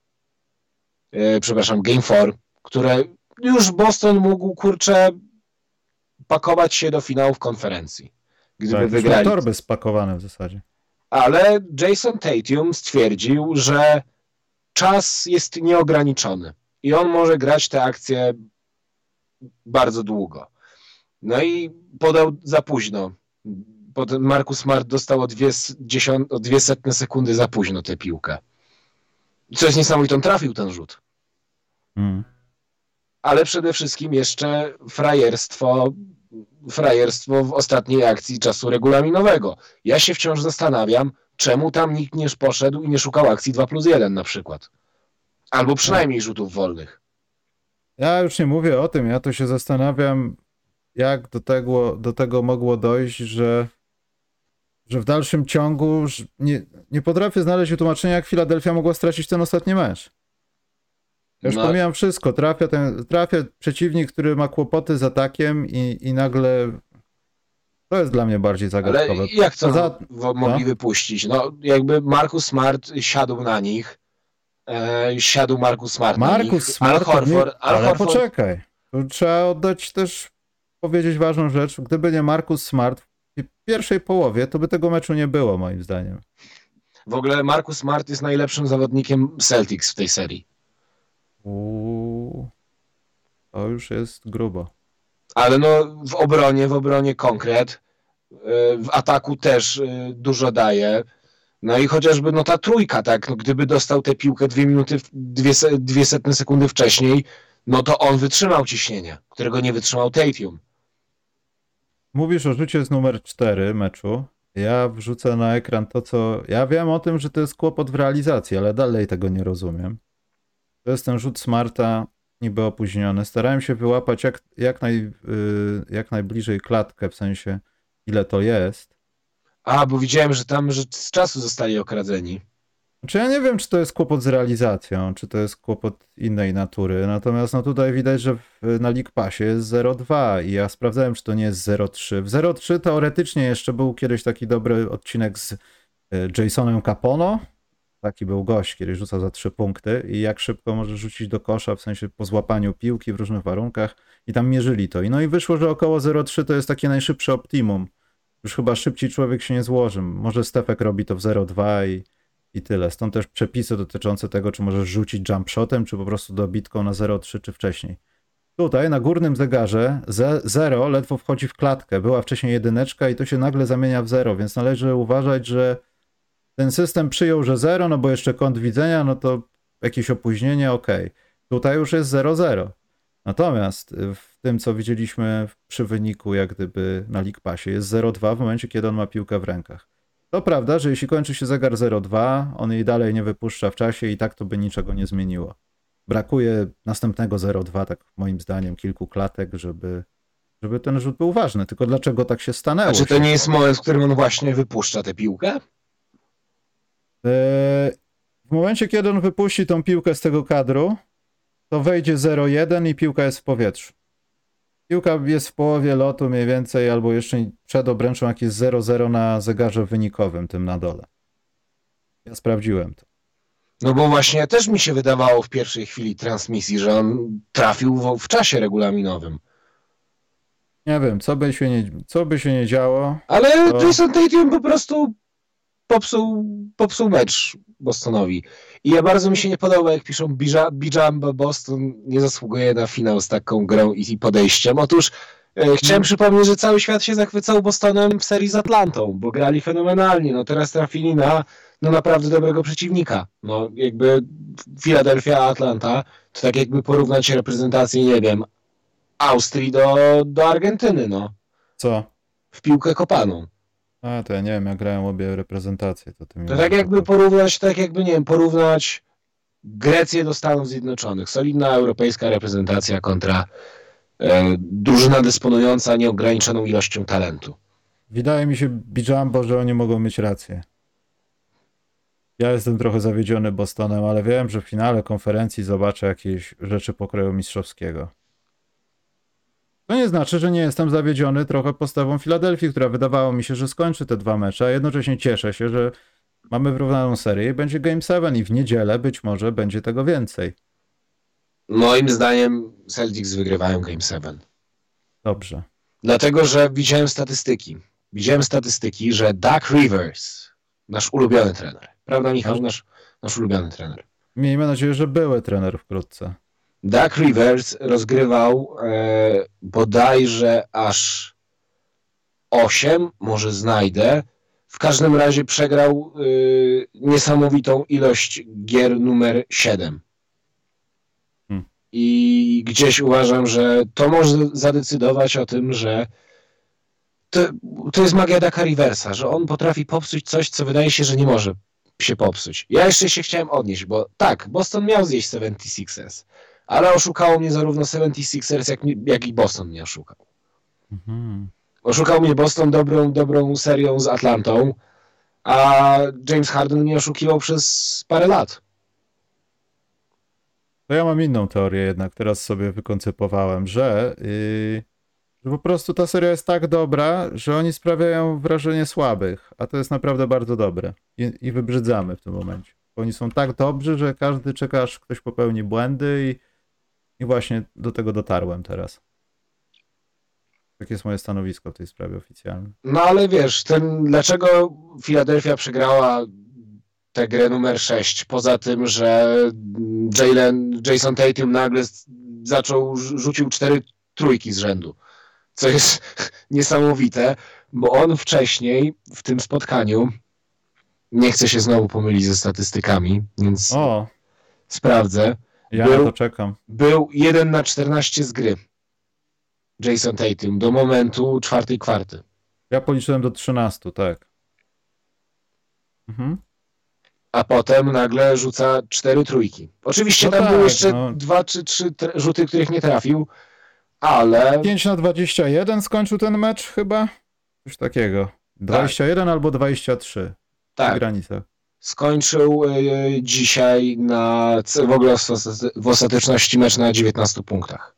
e, przepraszam, Game cztery, które już Boston mógł, kurczę, pakować się do finałów konferencji, gdyby tak, wygrali. Torby spakowane w zasadzie. Ale Jason Tatum stwierdził, że czas jest nieograniczony i on może grać te akcje bardzo długo. No i podał za późno. Potem Marcus Smart dostał o dwie, dziesiąt, o dwie setne sekundy za późno tę piłkę. Co jest niesamowite, on trafił ten rzut. Mm. Ale przede wszystkim jeszcze frajerstwo, frajerstwo w ostatniej akcji czasu regulaminowego. Ja się wciąż zastanawiam, czemu tam nikt nie poszedł i nie szukał akcji dwa plus jeden na przykład. Albo przynajmniej rzutów wolnych. Ja już nie mówię o tym, ja to się zastanawiam, jak do tego, do tego mogło dojść, że, że w dalszym ciągu nie, nie potrafię znaleźć wytłumaczenia, jak Filadelfia mogła stracić ten ostatni mecz. Ja już no. pomijam wszystko. Trafia, ten, trafia przeciwnik, który ma kłopoty z atakiem i, i nagle to jest dla mnie bardziej zagadkowe. Ale jak to Za... mogli no? wypuścić? No jakby Marcus Smart siadł na nich, e, siadł Marcus Smart Marcus na nich. Smart, Al Horford, nie... Al ale Horford... poczekaj. Tu trzeba oddać też, powiedzieć ważną rzecz. Gdyby nie Marcus Smart w pierwszej połowie, to by tego meczu nie było, moim zdaniem. W ogóle Marcus Smart jest najlepszym zawodnikiem Celtics w tej serii. Uuu, to już jest grubo. Ale no w obronie, w obronie konkret, w ataku też dużo daje. No i chociażby no ta trójka, tak, no gdyby dostał tę piłkę dwie minuty, dwie, dwie setne sekundy wcześniej, no to on wytrzymał ciśnienie, którego nie wytrzymał Tatum. Mówisz o rzucie z numer cztery meczu. Ja wrzucę na ekran to, co... Ja wiem o tym, że to jest kłopot w realizacji, ale dalej tego nie rozumiem. To jest ten rzut Smarta niby opóźniony. Starałem się wyłapać jak, jak, naj, yy, jak najbliżej klatkę, w sensie ile to jest. A, bo widziałem, że tam że z czasu zostali okradzeni. Znaczy ja nie wiem, czy to jest kłopot z realizacją, czy to jest kłopot innej natury. Natomiast no tutaj widać, że w, na League Passie jest zero dwa i ja sprawdzałem, czy to nie jest zero trzy. W zero trzy teoretycznie jeszcze był kiedyś taki dobry odcinek z Jasonem Capono. Taki był gość, kiedy rzuca za trzy punkty i jak szybko może rzucić do kosza, w sensie po złapaniu piłki w różnych warunkach i tam mierzyli to. I no i wyszło, że około zero trzy to jest takie najszybsze optimum. Już chyba szybciej człowiek się nie złoży. Może Stefek robi to w zero dwa i, i tyle. Stąd też przepisy dotyczące tego, czy możesz rzucić jump shotem, czy po prostu dobitką na zero trzy, czy wcześniej. Tutaj na górnym zegarze zero ledwo wchodzi w klatkę. Była wcześniej jedyneczka i to się nagle zamienia w zero, więc należy uważać, że ten system przyjął, że zero, no bo jeszcze kąt widzenia, no to jakieś opóźnienie, ok. Tutaj już jest zero zero. Natomiast w tym, co widzieliśmy przy wyniku, jak gdyby na League Passie, jest zero dwa w momencie, kiedy on ma piłkę w rękach. To prawda, że jeśli kończy się zegar zero dwa, on jej dalej nie wypuszcza w czasie i tak to by niczego nie zmieniło. Brakuje następnego zero dwa, tak moim zdaniem, kilku klatek, żeby, żeby ten rzut był ważny. Tylko dlaczego tak się stanęło? A czy to nie jest moment, w którym on właśnie wypuszcza tę piłkę? W momencie, kiedy on wypuści tą piłkę z tego kadru, to wejdzie zero jeden i piłka jest w powietrzu. Piłka jest w połowie lotu mniej więcej, albo jeszcze przed obręczą, jak jest zero zero na zegarze wynikowym, tym na dole. Ja sprawdziłem to. No bo właśnie też mi się wydawało w pierwszej chwili transmisji, że on trafił w, w czasie regulaminowym. Nie wiem, co by się nie, co by się nie działo. Ale to... Jason Tatum po prostu popsuł, popsuł mecz Bostonowi. I ja bardzo mi się nie podoba, jak piszą Bijamba Boston nie zasługuje na finał z taką grą i podejściem. Otóż e, chciałem hmm. przypomnieć, że cały świat się zachwycał Bostonem w serii z Atlantą, bo grali fenomenalnie. No teraz trafili na no naprawdę dobrego przeciwnika. No jakby Philadelphia, Atlanta, to tak jakby porównać reprezentację, nie wiem, Austrii do, do Argentyny, no. Co? W piłkę kopaną. A, to ja nie wiem, jak grają obie reprezentacje. To, to, to tak jakby porównać, tak jakby, nie wiem, porównać Grecję do Stanów Zjednoczonych. Solidna europejska reprezentacja kontra e, drużyna dysponująca nieograniczoną ilością talentu. Wydaje mi się, Bijambo, że oni mogą mieć rację. Ja jestem trochę zawiedziony Bostonem, ale wiem, że w finale konferencji zobaczę jakieś rzeczy pokroju mistrzowskiego. To nie znaczy, że nie jestem zawiedziony trochę postawą Filadelfii, która wydawało mi się, że skończy te dwa mecze, a jednocześnie cieszę się, że mamy wyrównaną serię i będzie Game siedem i w niedzielę być może będzie tego więcej. Moim zdaniem Celtics wygrywają Game siedem. Dobrze. Dlatego, że widziałem statystyki. Widziałem statystyki, że Doug Rivers, nasz ulubiony trener, prawda Michał? Nasz, nasz ulubiony trener. Miejmy nadzieję, że były trener wkrótce. Doug Rivers rozgrywał e, bodajże aż osiem, może znajdę. W każdym razie przegrał e, niesamowitą ilość gier numer siedem. Hmm. I gdzieś uważam, że to może zadecydować o tym, że to, to jest magia Douga Riversa, że on potrafi popsuć coś, co wydaje się, że nie może się popsuć. Ja jeszcze się chciałem odnieść, bo tak, Boston miał zjeść seventy-sixers. Ale oszukało mnie zarówno seventy-sixers, jak, jak i Boston mnie oszukał. Mhm. Oszukał mnie Boston dobrą, dobrą serią z Atlantą, a James Harden mnie oszukiwał przez parę lat. To ja mam inną teorię jednak, teraz sobie wykoncypowałem, że, yy, że po prostu ta seria jest tak dobra, że oni sprawiają wrażenie słabych, a to jest naprawdę bardzo dobre. I, i wybrzydzamy w tym momencie. Bo oni są tak dobrzy, że każdy czeka, aż ktoś popełni błędy i I właśnie do tego dotarłem teraz. Takie jest moje stanowisko w tej sprawie oficjalnie. No ale wiesz, ten, dlaczego Philadelphia przegrała tę grę numer sześć? Poza tym, że Jalen, Jason Tatum nagle zaczął, rzucił cztery trójki z rzędu. Co jest niesamowite, bo on wcześniej w tym spotkaniu, nie chcę się znowu pomylić ze statystykami, więc o. sprawdzę. Ja był, na to czekam. Był jeden na czternaście z gry. Jason Tatum do momentu czwartej kwarty. Ja policzyłem do trzynastu, tak. Mhm. A potem nagle rzuca cztery trójki. Oczywiście no tam tak, były jeszcze no. dwa czy trzy rzuty, których nie trafił, ale... pięć na dwadzieścia jeden skończył ten mecz chyba? Coś takiego. dwadzieścia jeden tak. albo dwadzieścia trzy. Tak. W granicach. Skończył y, dzisiaj na, w ogóle w ostateczności mecz na dziewiętnastu punktach.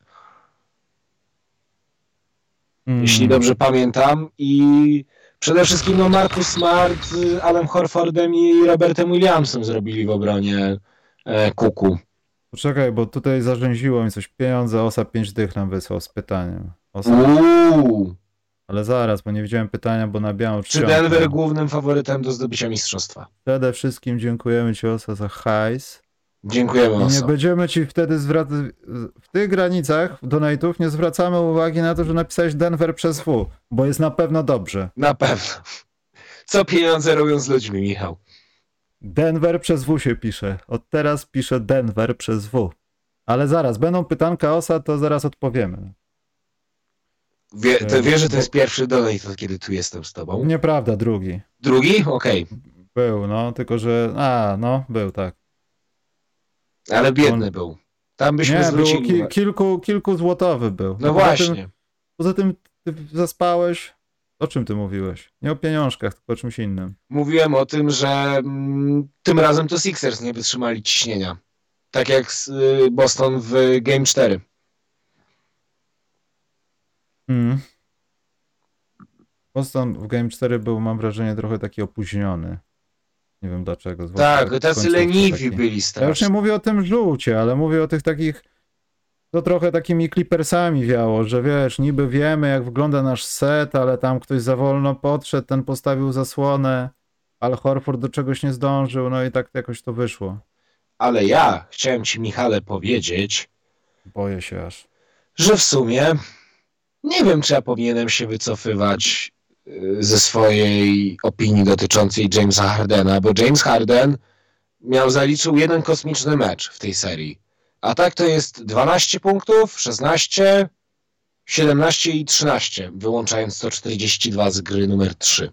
Mm. Jeśli dobrze pamiętam. I przede wszystkim no, Marcus Smart, Alem Horfordem i Robertem Williamsem zrobili w obronie e, Kuku. Poczekaj, bo tutaj zarzęziło mi coś. Pieniądze, Osa pięć dych nam wysłał z pytaniem. Osa... Uuu. Ale zaraz, bo nie widziałem pytania, bo na białą Czy Denver głównym faworytem do zdobycia mistrzostwa? Przede wszystkim dziękujemy Ci, Osa, za hajs. Dziękujemy, Osa. I nie będziemy Ci wtedy zwracać... W tych granicach donate'ów nie zwracamy uwagi na to, że napisałeś Denver przez W, bo jest na pewno dobrze. Na pewno. Co pieniądze robią z ludźmi, Michał? Denver przez W się pisze. Od teraz piszę Denver przez W. Ale zaraz, będą pytanka, Osa, to zaraz odpowiemy. Wie, to wiesz, że to jest pierwszy donate, kiedy tu jestem z tobą? Nieprawda, drugi. Drugi? Okej. Okay. Był, no, tylko że... A, no, był, tak. Ale biedny On... był. Tam byśmy Nie, zwrócili... Był ki- kilku, kilku złotowy był. No właśnie. Poza tym ty zaspałeś. O czym ty mówiłeś? Nie o pieniążkach, tylko o czymś innym. Mówiłem o tym, że mm, tym razem to Sixers nie wytrzymali ciśnienia. Tak jak z, y, Boston w Game cztery. Hmm. Boston w Game cztery był, mam wrażenie, trochę taki opóźniony. Nie wiem dlaczego. Tak, tacy leniwi byli strasznie. Ja już nie mówię o tym rzucie, ale mówię o tych takich, to trochę takimi Clippersami wiało, że wiesz, niby wiemy jak wygląda nasz set, ale tam ktoś za wolno podszedł, ten postawił zasłonę, Al Horford do czegoś nie zdążył, no i tak jakoś to wyszło. Ale ja chciałem ci, Michale, powiedzieć, boję się aż, że w sumie nie wiem, czy ja powinienem się wycofywać ze swojej opinii dotyczącej Jamesa Hardena, bo James Harden miał, zaliczył jeden kosmiczny mecz w tej serii. A tak to jest dwanaście punktów, szesnaście, siedemnaście i trzynaście, wyłączając sto czterdzieści dwa z gry numer trzy.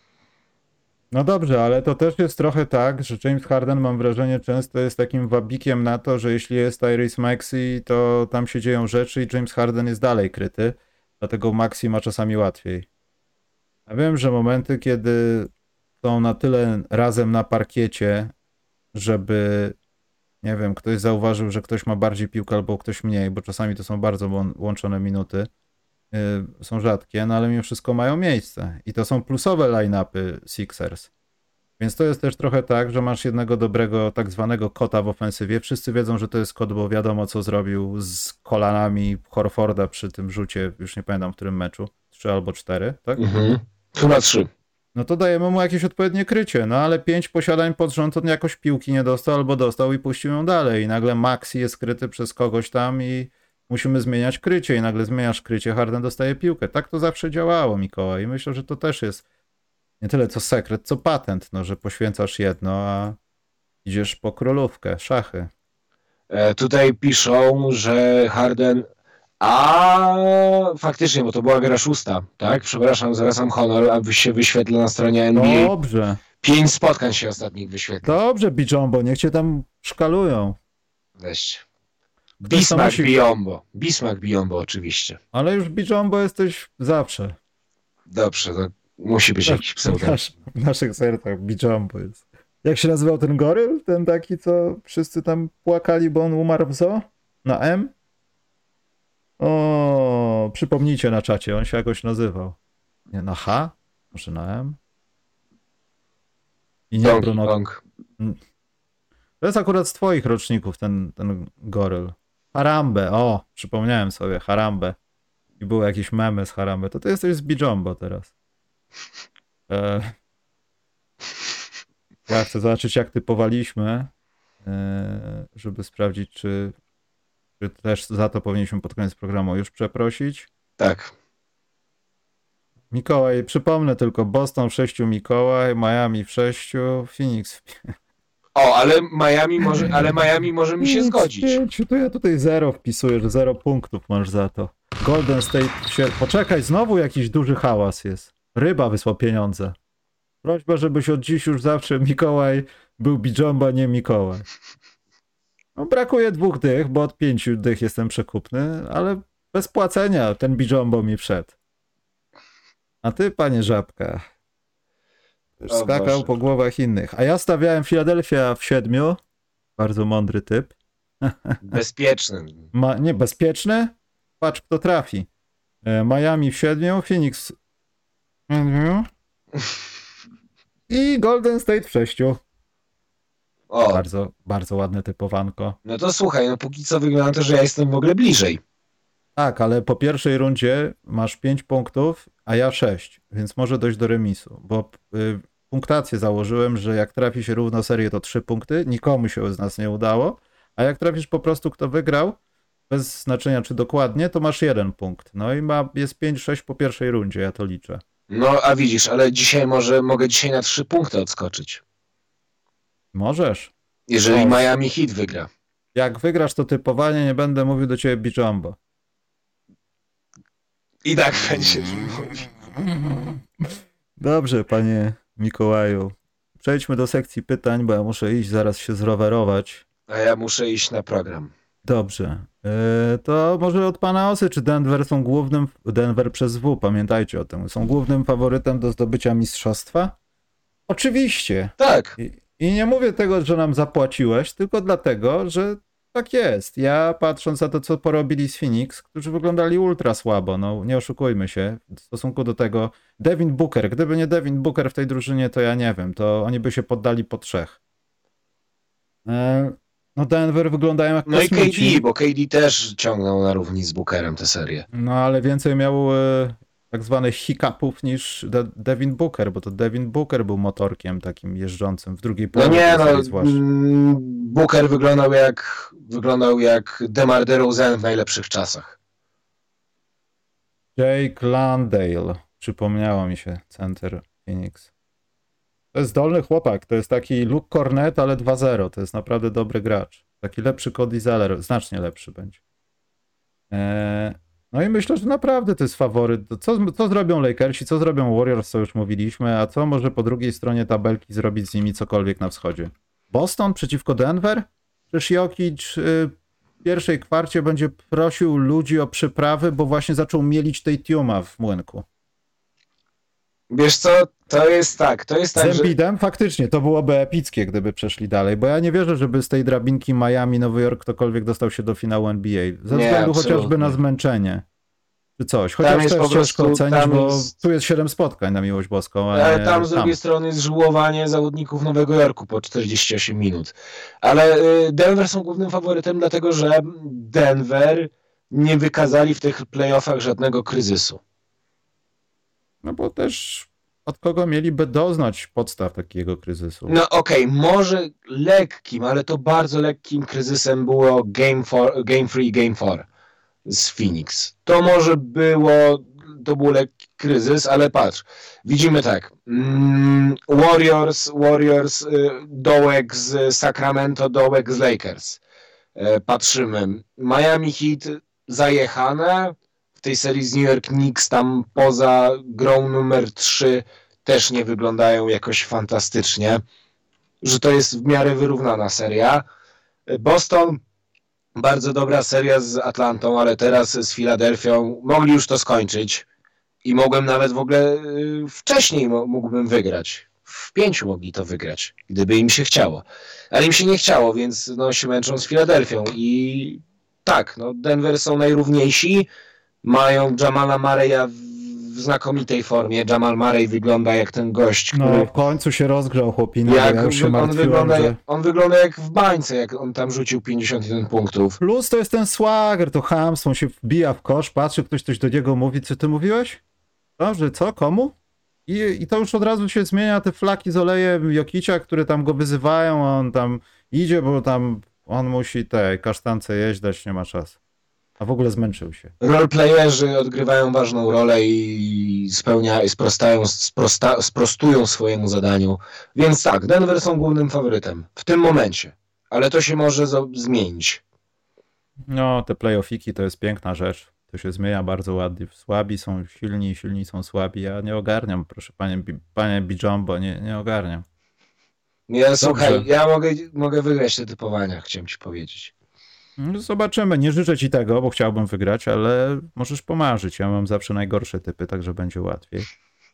No dobrze, ale to też jest trochę tak, że James Harden, mam wrażenie, często jest takim wabikiem na to, że jeśli jest Tyrese Maxey, to tam się dzieją rzeczy i James Harden jest dalej kryty, dlatego Maxey ma czasami łatwiej. Ja wiem, że momenty, kiedy są na tyle razem na parkiecie, żeby, nie wiem, ktoś zauważył, że ktoś ma bardziej piłkę albo ktoś mniej, bo czasami to są bardzo łączone minuty, yy, są rzadkie, no ale mimo wszystko mają miejsce. I to są plusowe line-upy Sixers. Więc to jest też trochę tak, że masz jednego dobrego tak zwanego kota w ofensywie. Wszyscy wiedzą, że to jest kot, bo wiadomo, co zrobił z kolanami Horforda przy tym rzucie, już nie pamiętam w którym meczu, trzy albo cztery, tak? Mhm. Chyba trzy. No to dajemy mu jakieś odpowiednie krycie, no ale pięć posiadań pod rząd on jakoś piłki nie dostał albo dostał i puścił ją dalej i nagle Maxi jest kryty przez kogoś tam i musimy zmieniać krycie i nagle zmieniasz krycie, Harden dostaje piłkę. Tak to zawsze działało, Mikołaj, i myślę, że to też jest nie tyle co sekret, co patent, no, że poświęcasz jedno, a idziesz po królówkę, szachy. E, tutaj piszą, że Harden... A faktycznie, bo to była gra szósta, tak? Przepraszam, zaraz mam honor, aby się wyświetla na stronie N B A. Dobrze. Pięć spotkań się ostatnich wyświetla. Dobrze, Bijombo, niech cię tam szkalują. Weźcie. Bismarck musi... Bijombo. Bismarck Bijombo oczywiście. Ale już Bijombo jesteś zawsze. Dobrze, to musi być jakiś pseudonim. W naszych sercach Bijombo jest. Jak się nazywał ten goryl? Ten taki, co wszyscy tam płakali, bo on umarł w zoo? Na M? O, przypomnijcie na czacie, on się jakoś nazywał. Nie, na H? Może na M? I nie Bruno. To jest akurat z twoich roczników ten, ten goryl. Harambe, o, przypomniałem sobie, Harambe. I były jakieś memy z Harambe. To ty jesteś z Bijombo teraz. E... Ja chcę zobaczyć, jak typowaliśmy, e... żeby sprawdzić, czy... czy też za to powinniśmy pod koniec programu już przeprosić. Tak. Mikołaj, przypomnę tylko, Boston w sześciu Mikołaj, Miami w sześciu, Phoenix w pięciu. O, ale Miami może, ale Miami może mi się zgodzić. Pięciu, to ja tutaj zero wpisuję, że zero punktów masz za to. Golden State się... Poczekaj, znowu jakiś duży hałas jest. Ryba wysłał pieniądze. Prośba, żebyś od dziś już zawsze Mikołaj był Bijombo, nie Mikołaj. No brakuje dwóch dych, bo od pięciu dych jestem przekupny, ale bez płacenia ten Bijombo mi wszedł. A ty, panie Żabka, skakał Boże. Po głowach innych. A ja stawiałem Filadelfia w siedmiu. Bardzo mądry typ. Bezpieczny. Ma, nie, bezpieczny? Patrz, kto trafi. Miami w siedmiu, Phoenix w siedmiu i Golden State w sześciu. O. Bardzo, bardzo ładne typowanko. No to słuchaj, no póki co wygląda to, że ja jestem w ogóle bliżej. Tak, ale po pierwszej rundzie masz pięć punktów, a ja sześć, więc może dojść do remisu, bo y, punktację założyłem, że jak trafi się równo serię, to trzy punkty, nikomu się z nas nie udało, a jak trafisz po prostu kto wygrał, bez znaczenia czy dokładnie, to masz jeden punkt. No i ma, jest pięć sześć po pierwszej rundzie, ja to liczę. No a widzisz, ale dzisiaj może, mogę dzisiaj na trzy punkty odskoczyć. Możesz. Jeżeli Możesz. Miami Heat wygra. Jak wygrasz to typowanie, nie będę mówił do ciebie Bijombo. I tak będziesz mówił. Dobrze, panie Mikołaju. Przejdźmy do sekcji pytań, bo ja muszę iść zaraz się zrowerować. A ja muszę iść na program. Dobrze. Yy, to może od pana Osy, czy Denver są głównym, Denver przez W, pamiętajcie o tym, są głównym faworytem do zdobycia mistrzostwa? Oczywiście. Tak. I, I nie mówię tego, że nam zapłaciłeś, tylko dlatego, że tak jest. Ja patrząc na to, co porobili z Phoenix, którzy wyglądali ultra słabo, no nie oszukujmy się, w stosunku do tego Devin Booker, gdyby nie Devin Booker w tej drużynie, to ja nie wiem, to oni by się poddali po trzech. E, no Denver wyglądają jak No i kosmici. K D, bo K D też ciągnął na równi z Bookerem tę serię. No ale więcej miał e, tak zwanych hiccupów niż De- Devin Booker, bo to Devin Booker był motorkiem takim jeżdżącym w drugiej No połowie nie, serii no zwłaszcza. mm, Booker wyglądał jak wyglądał jak DeMar DeRozan w najlepszych czasach. Jake Landale, przypomniało mi się, center Phoenix. To jest zdolny chłopak, to jest taki Luke Cornet, ale dwa zero, to jest naprawdę dobry gracz. Taki lepszy Cody Zeller, znacznie lepszy będzie. Eee, no i myślę, że naprawdę to jest faworyt. Co, co zrobią Lakersi, co zrobią Warriors, co już mówiliśmy, a co może po drugiej stronie tabelki zrobić z nimi cokolwiek na wschodzie? Boston przeciwko Denver? Przecież Jokic y, w pierwszej kwarcie będzie prosił ludzi o przyprawy, bo właśnie zaczął mielić tej Tiuma w młynku. Wiesz co, to jest tak, to jest tak, Z Embiidem faktycznie to byłoby epickie, gdyby przeszli dalej, bo ja nie wierzę, żeby z tej drabinki Miami, Nowy Jork ktokolwiek dostał się do finału N B A. Ze Nie, względu absolutnie. chociażby na zmęczenie. Czy coś. Tam Chociaż jest też po ciężko prostu- ocenić, tam bo jest- tu jest siedem spotkań na miłość boską, a Ale nie tam z drugiej strony jest żułowanie zawodników Nowego Jorku po czterdzieści osiem minut. Ale y, Denver są głównym faworytem, dlatego że Denver nie wykazali w tych playoffach żadnego kryzysu. No bo też od kogo mieliby doznać podstaw takiego kryzysu? No okej, może lekkim, ale to bardzo lekkim kryzysem było Game four, Game three, Game four z Phoenix. To może było, to był lekki kryzys, ale patrz, widzimy tak, mm, Warriors, Warriors, y, dołek z Sacramento, dołek z Lakers. E, Patrzymy, Miami Heat zajechane, w tej serii z New York Knicks tam poza grą numer trzy też nie wyglądają jakoś fantastycznie, że to jest w miarę wyrównana seria. Boston, bardzo dobra seria z Atlantą, ale teraz z Filadelfią mogli już to skończyć i mogłem nawet w ogóle y, wcześniej mo- mógłbym wygrać. W pięciu mogli to wygrać, gdyby im się chciało. Ale im się nie chciało, więc no, się męczą z Filadelfią i tak, no, Denver są najrówniejsi, mają Jamala Murray'a w w znakomitej formie. Jamal Murray wygląda jak ten gość, który... No w końcu się rozgrzał chłopina, jak ja już się on, martwiłem, wygląda, że... on wygląda jak w bańce, jak on tam rzucił pięćdziesiąt jeden punktów. Plus to jest ten swagger, to chamstwo, on się wbija w kosz, patrzy, ktoś coś do niego mówi, co ty mówiłeś? Dobrze, co, komu? I, I to już od razu się zmienia, te flaki z olejem Jokicia, które tam go wyzywają, a on tam idzie, bo tam on musi te kasztance jeść, dać nie ma czasu. A w ogóle zmęczył się. Roleplayerzy odgrywają ważną rolę i spełnia, sprostają, sprosta, sprostują swojemu zadaniu. Więc tak, Denver są głównym faworytem w tym momencie, ale to się może z- zmienić. No, te playoffiki to jest piękna rzecz. To się zmienia bardzo ładnie. Słabi są silni, silni są słabi. Ja nie ogarniam, proszę panie, Bi- panie Bijombo, nie, nie ogarniam. Ja, słuchaj, ja mogę, mogę wygrać te typowania, chciałem ci powiedzieć. No, zobaczymy. Nie życzę ci tego, bo chciałbym wygrać, ale możesz pomarzyć. Ja mam zawsze najgorsze typy, także będzie łatwiej.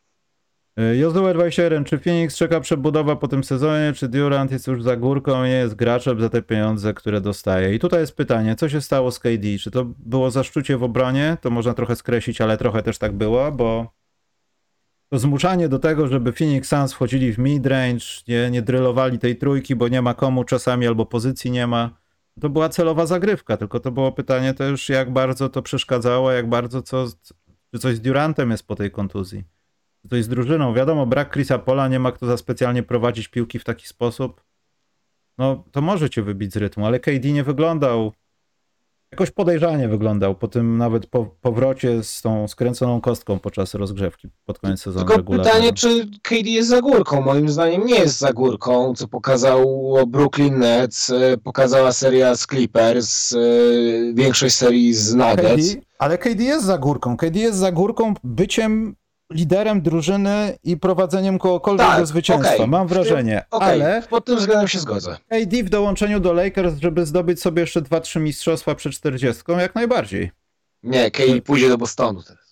Jozue dwadzieścia jeden. Czy Phoenix czeka przebudowa po tym sezonie? Czy Durant jest już za górką i nie jest graczem za te pieniądze, które dostaje? I tutaj jest pytanie, co się stało z K D? Czy to było zaszczucie w obronie? To można trochę skreślić, ale trochę też tak było, bo to zmuszanie do tego, żeby Phoenix Suns wchodzili w midrange, nie, nie drillowali tej trójki, bo nie ma komu czasami albo pozycji nie ma. To była celowa zagrywka, tylko to było pytanie też, jak bardzo to przeszkadzało, jak bardzo co, czy coś z Durantem jest po tej kontuzji. Czy coś z drużyną. Wiadomo, brak Chrisa Paula, nie ma kto za specjalnie prowadzić piłki w taki sposób. No, to może cię wybić z rytmu, ale K D nie wyglądał, jakoś podejrzanie wyglądał po tym nawet po, powrocie z tą skręconą kostką podczas rozgrzewki pod koniec sezonu Tylko regularnego. pytanie, czy K D jest za górką? Moim zdaniem nie jest za górką, co pokazał Brooklyn Nets, e, pokazała seria z Clippers, e, większość serii z K Nuggets. D, ale K D jest za górką. K D jest za górką byciem liderem drużyny i prowadzeniem kogokolwiek Tak, do zwycięstwa, okej. mam W tym- wrażenie, okej, ale pod tym względem się zgodzę. K D w dołączeniu do Lakers, żeby zdobyć sobie jeszcze dwa trzy mistrzostwa przed czterdziestką, jak najbardziej. Nie, Kay pójdzie do Bostonu teraz.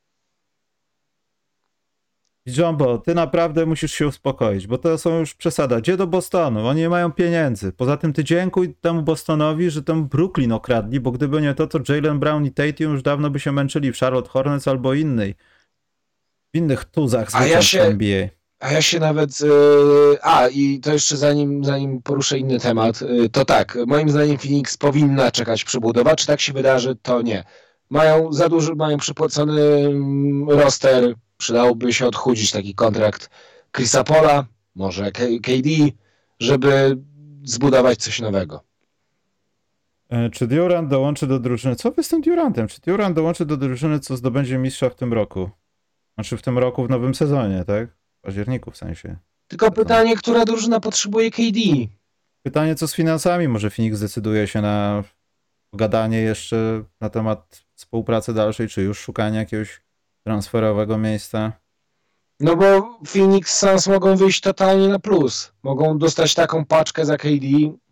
Jumbo, ty naprawdę musisz się uspokoić, bo to są już przesada. Gdzie do Bostonu? Oni nie mają pieniędzy. Poza tym ty dziękuj temu Bostonowi, że tam Brooklyn okradli, bo gdyby nie to, to Jaylen Brown i Tatum już dawno by się męczyli w Charlotte Hornets albo innej. W innych tuzach A ja się- w N B A. A ja się nawet... Yy, a, i to jeszcze zanim, zanim poruszę inny temat, yy, to tak, moim zdaniem Phoenix powinna czekać przebudowa. Czy tak się wydarzy, to nie. Mają za duży, mają przypłacony mm, roster, przydałoby się odchudzić taki kontrakt Chrisa Paula, może K- K D, żeby zbudować coś nowego. E, Czy Durant dołączy do drużyny? Co wy z tym Durantem? Czy Durant dołączy do drużyny, co zdobędzie mistrza w tym roku? Znaczy w tym roku, w nowym sezonie, tak? W październiku w sensie. Tylko pytanie, która drużyna potrzebuje K D? Pytanie, co z finansami? Może Phoenix zdecyduje się na pogadanie jeszcze na temat współpracy dalszej, czy już szukanie jakiegoś transferowego miejsca? No bo Phoenix Suns mogą wyjść totalnie na plus. Mogą dostać taką paczkę za K D.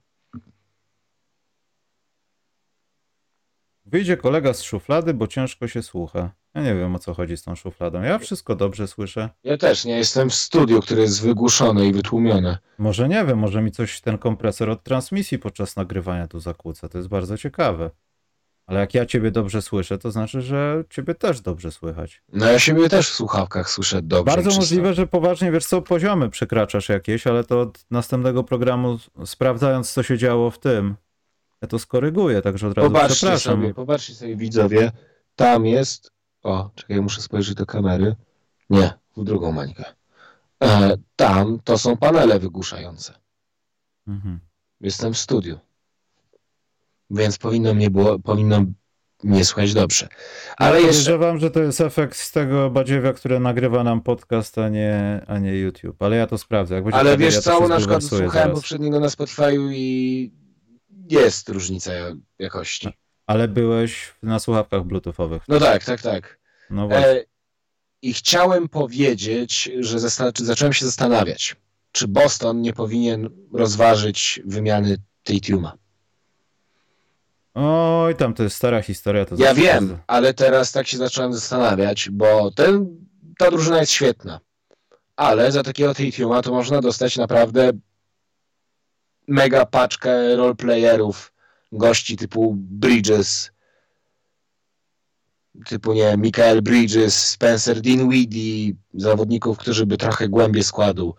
Wyjdzie kolega z szuflady, bo ciężko się słucha. Ja nie wiem, o co chodzi z tą szufladą. Ja wszystko dobrze słyszę. Ja też nie jestem w studiu, które jest wygłuszone i wytłumione. Może nie wiem, może mi coś ten kompresor od transmisji podczas nagrywania tu zakłóca. To jest bardzo ciekawe. Ale jak ja ciebie dobrze słyszę, to znaczy, że ciebie też dobrze słychać. No ja siebie też w słuchawkach słyszę dobrze. Bardzo i możliwe, że poważnie, wiesz co, poziomy przekraczasz jakieś, ale to od następnego programu, sprawdzając, co się działo w tym, ja to skoryguję, także od razu Popatrzcie przepraszam. sobie, popatrzcie sobie widzowie. Tam jest... O, czekaj, muszę spojrzeć do kamery. Nie, w drugą Mańkę. E, tam to są panele wygłuszające. Mhm. Jestem w studiu. Więc powinno mnie było, powinno mnie słuchać dobrze. Ale jeszcze... Podejrzewam, że to jest efekt z tego badziewia, które nagrywa nam podcast, a nie, a nie YouTube. Ale ja to sprawdzę. Jak będzie Ale wtedy, wiesz ja to co, się na przykład zbulwersuję słuchałem zaraz. poprzedniego na Spotify'u i jest różnica jakości. Ale byłeś na słuchawkach bluetoothowych. No tak, tak, tak. No właśnie. E, I chciałem powiedzieć, że zastan- czy zacząłem się zastanawiać, czy Boston nie powinien rozważyć wymiany Tatuma. Oj, tam to jest stara historia. To Ja zawsze wiem, jest- ale teraz tak się zacząłem zastanawiać, bo ten, ta drużyna jest świetna. Ale za takiego Tatuma to można dostać naprawdę mega paczkę roleplayerów, gości typu Bridges, typu nie Michael Bridges, Spencer Dinwiddie, zawodników, którzy by trochę głębiej składu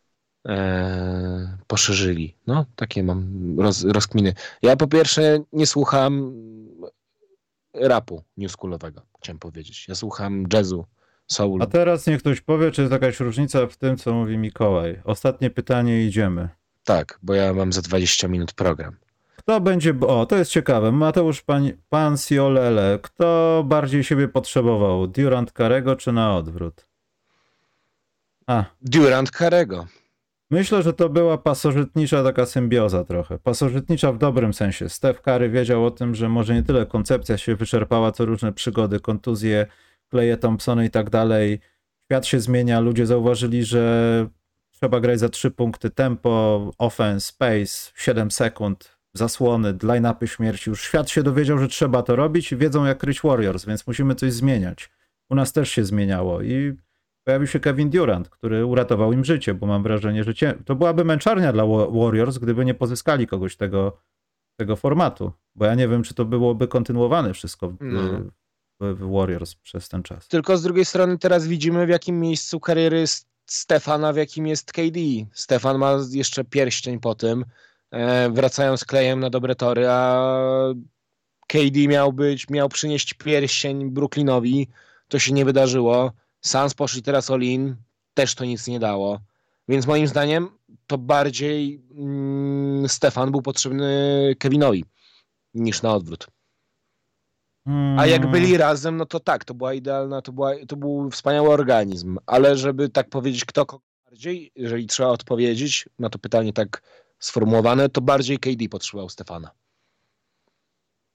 e, poszerzyli. No, takie mam roz, rozkminy. Ja po pierwsze nie słucham rapu newschoolowego, chciałem powiedzieć. Ja słucham jazzu, soul. A teraz niech ktoś powie, czy jest jakaś różnica w tym, co mówi Mikołaj. Ostatnie pytanie, idziemy. Tak, bo ja mam za dwadzieścia minut program. Kto będzie, o to jest ciekawe, Mateusz Pan, Pansiolele, kto bardziej siebie potrzebował, Durant Karego czy na odwrót? A, Durant Carrego. myślę, że to była pasożytnicza taka symbioza trochę, pasożytnicza w dobrym sensie. Steph Curry wiedział o tym, że może nie tyle koncepcja się wyczerpała, co różne przygody, kontuzje, Kleje Thompsony i tak dalej. Świat się zmienia, ludzie zauważyli, że trzeba grać za trzy punkty, tempo, offense, pace, siedem sekund, zasłony, line-upy śmierci. Już świat się dowiedział, że trzeba to robić i wiedzą jak kryć Warriors, więc musimy coś zmieniać. U nas też się zmieniało i pojawił się Kevin Durant, który uratował im życie, bo mam wrażenie, że cię... to byłaby męczarnia dla Warriors, gdyby nie pozyskali kogoś tego, tego formatu, bo ja nie wiem, czy to byłoby kontynuowane wszystko w, No. w, w Warriors przez ten czas. Tylko z drugiej strony teraz widzimy, w jakim miejscu kariery jest Stefana, w jakim jest K D. Stefan ma jeszcze pierścień po tym, e, wracają z Klejem na dobre tory, a K D miał być, miał przynieść pierścień Brooklynowi, to się nie wydarzyło. Suns poszli teraz all-in, też to nic nie dało. Więc moim zdaniem to bardziej mm, Stefan był potrzebny Kevinowi niż na odwrót. A jak byli razem, no to tak, to była idealna, to, była, to był wspaniały organizm, ale żeby tak powiedzieć, kto kogo bardziej, jeżeli trzeba odpowiedzieć na to pytanie tak sformułowane, to bardziej K D potrzebował Stefana.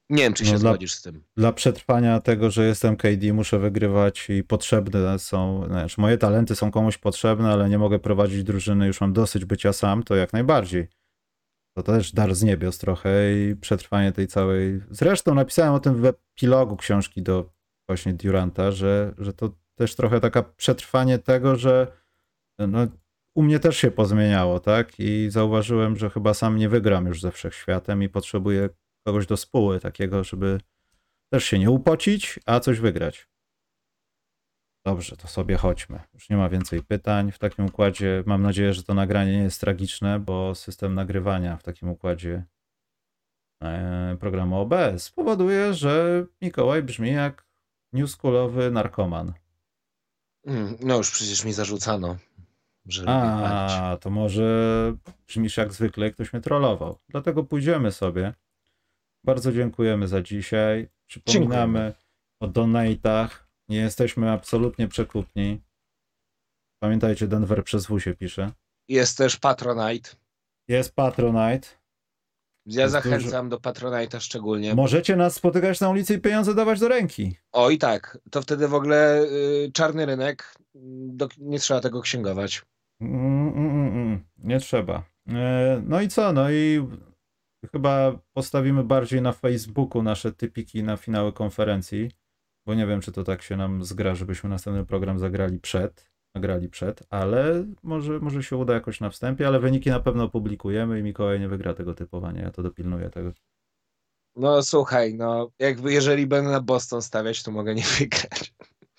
Nie wiem, czy się No dla- zgodzisz z tym. Dla przetrwania tego, że jestem K D, muszę wygrywać i potrzebne są, znaczy moje talenty są komuś potrzebne, ale nie mogę prowadzić drużyny, już mam dosyć bycia sam, to jak najbardziej. To też dar z niebios trochę i przetrwanie tej całej... Zresztą napisałem o tym w epilogu książki do właśnie Duranta, że, że to też trochę taka przetrwanie tego, że no, u mnie też się pozmieniało, tak? I zauważyłem, że chyba sam nie wygram już ze wszechświatem i potrzebuję kogoś do spóły takiego, żeby też się nie upocić, a coś wygrać. Dobrze, to sobie chodźmy. Już nie ma więcej pytań. W takim układzie mam nadzieję, że to nagranie nie jest tragiczne, bo system nagrywania w takim układzie e, programu O B S powoduje, że Mikołaj brzmi jak newschoolowy narkoman. Mm, no już przecież mi zarzucano, że lubię palić. A, to może brzmisz jak zwykle, ktoś mnie trollował. Dlatego pójdziemy sobie. Bardzo dziękujemy za dzisiaj. Przypominamy Dziękujemy. o donatach. Nie jesteśmy absolutnie przekupni. Pamiętajcie, Denver przez W się pisze. Jest też Patronite. Jest Patronite. Ja Jest zachęcam do Patronite'a szczególnie. Możecie nas spotykać na ulicy i pieniądze dawać do ręki. O i tak, to wtedy w ogóle y, czarny rynek, do, nie trzeba tego księgować. Mm, mm, mm, mm. Nie trzeba. E, No i co? No i chyba postawimy bardziej na Facebooku nasze typiki na finały konferencji, bo nie wiem, czy to tak się nam zgra, żebyśmy następny program zagrali przed, nagrali przed, ale może, może się uda jakoś na wstępie, ale wyniki na pewno opublikujemy i Mikołaj nie wygra tego typowania, ja to dopilnuję tego. No słuchaj, no jakby jeżeli będę na Boston stawiać, to mogę nie wygrać.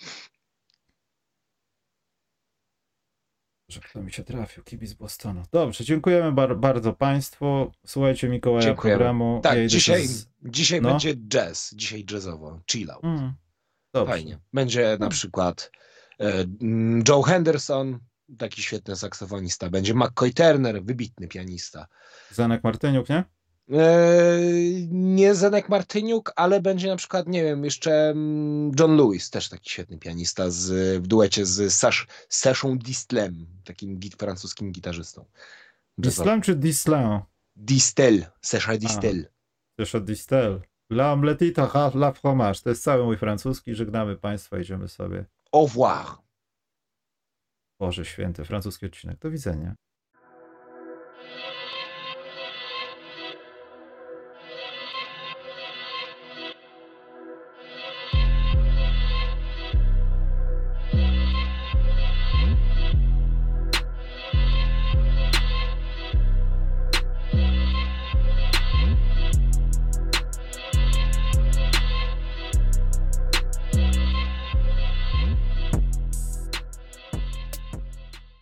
Że kto mi się trafił, kibic Bostonu. Dobrze, dziękujemy bar bardzo Państwu. Słuchajcie Mikołaja Dziękujemy. programu. Tak, Ja idę dzisiaj, się z... dzisiaj no. będzie jazz, dzisiaj jazzowo, chill out. Mm, dobrze. Fajnie. Będzie na przykład e, Joe Henderson, taki świetny saksofonista. Będzie McCoy Turner, wybitny pianista. Zanek Martyniuk, nie? E, nie Zenek Martyniuk, ale będzie na przykład, nie wiem, jeszcze mm, John Lewis, też taki świetny pianista z, w duecie z Sash, Sashą Distlem, takim git, francuskim gitarzystą. Dislam czy Dislam? Distel, Sasha Distel. Jeszcze Distel. La omeletita, la fromage. To jest cały mój francuski. Żegnamy Państwa, idziemy sobie. Au revoir. Boże święty, francuski odcinek. Do widzenia.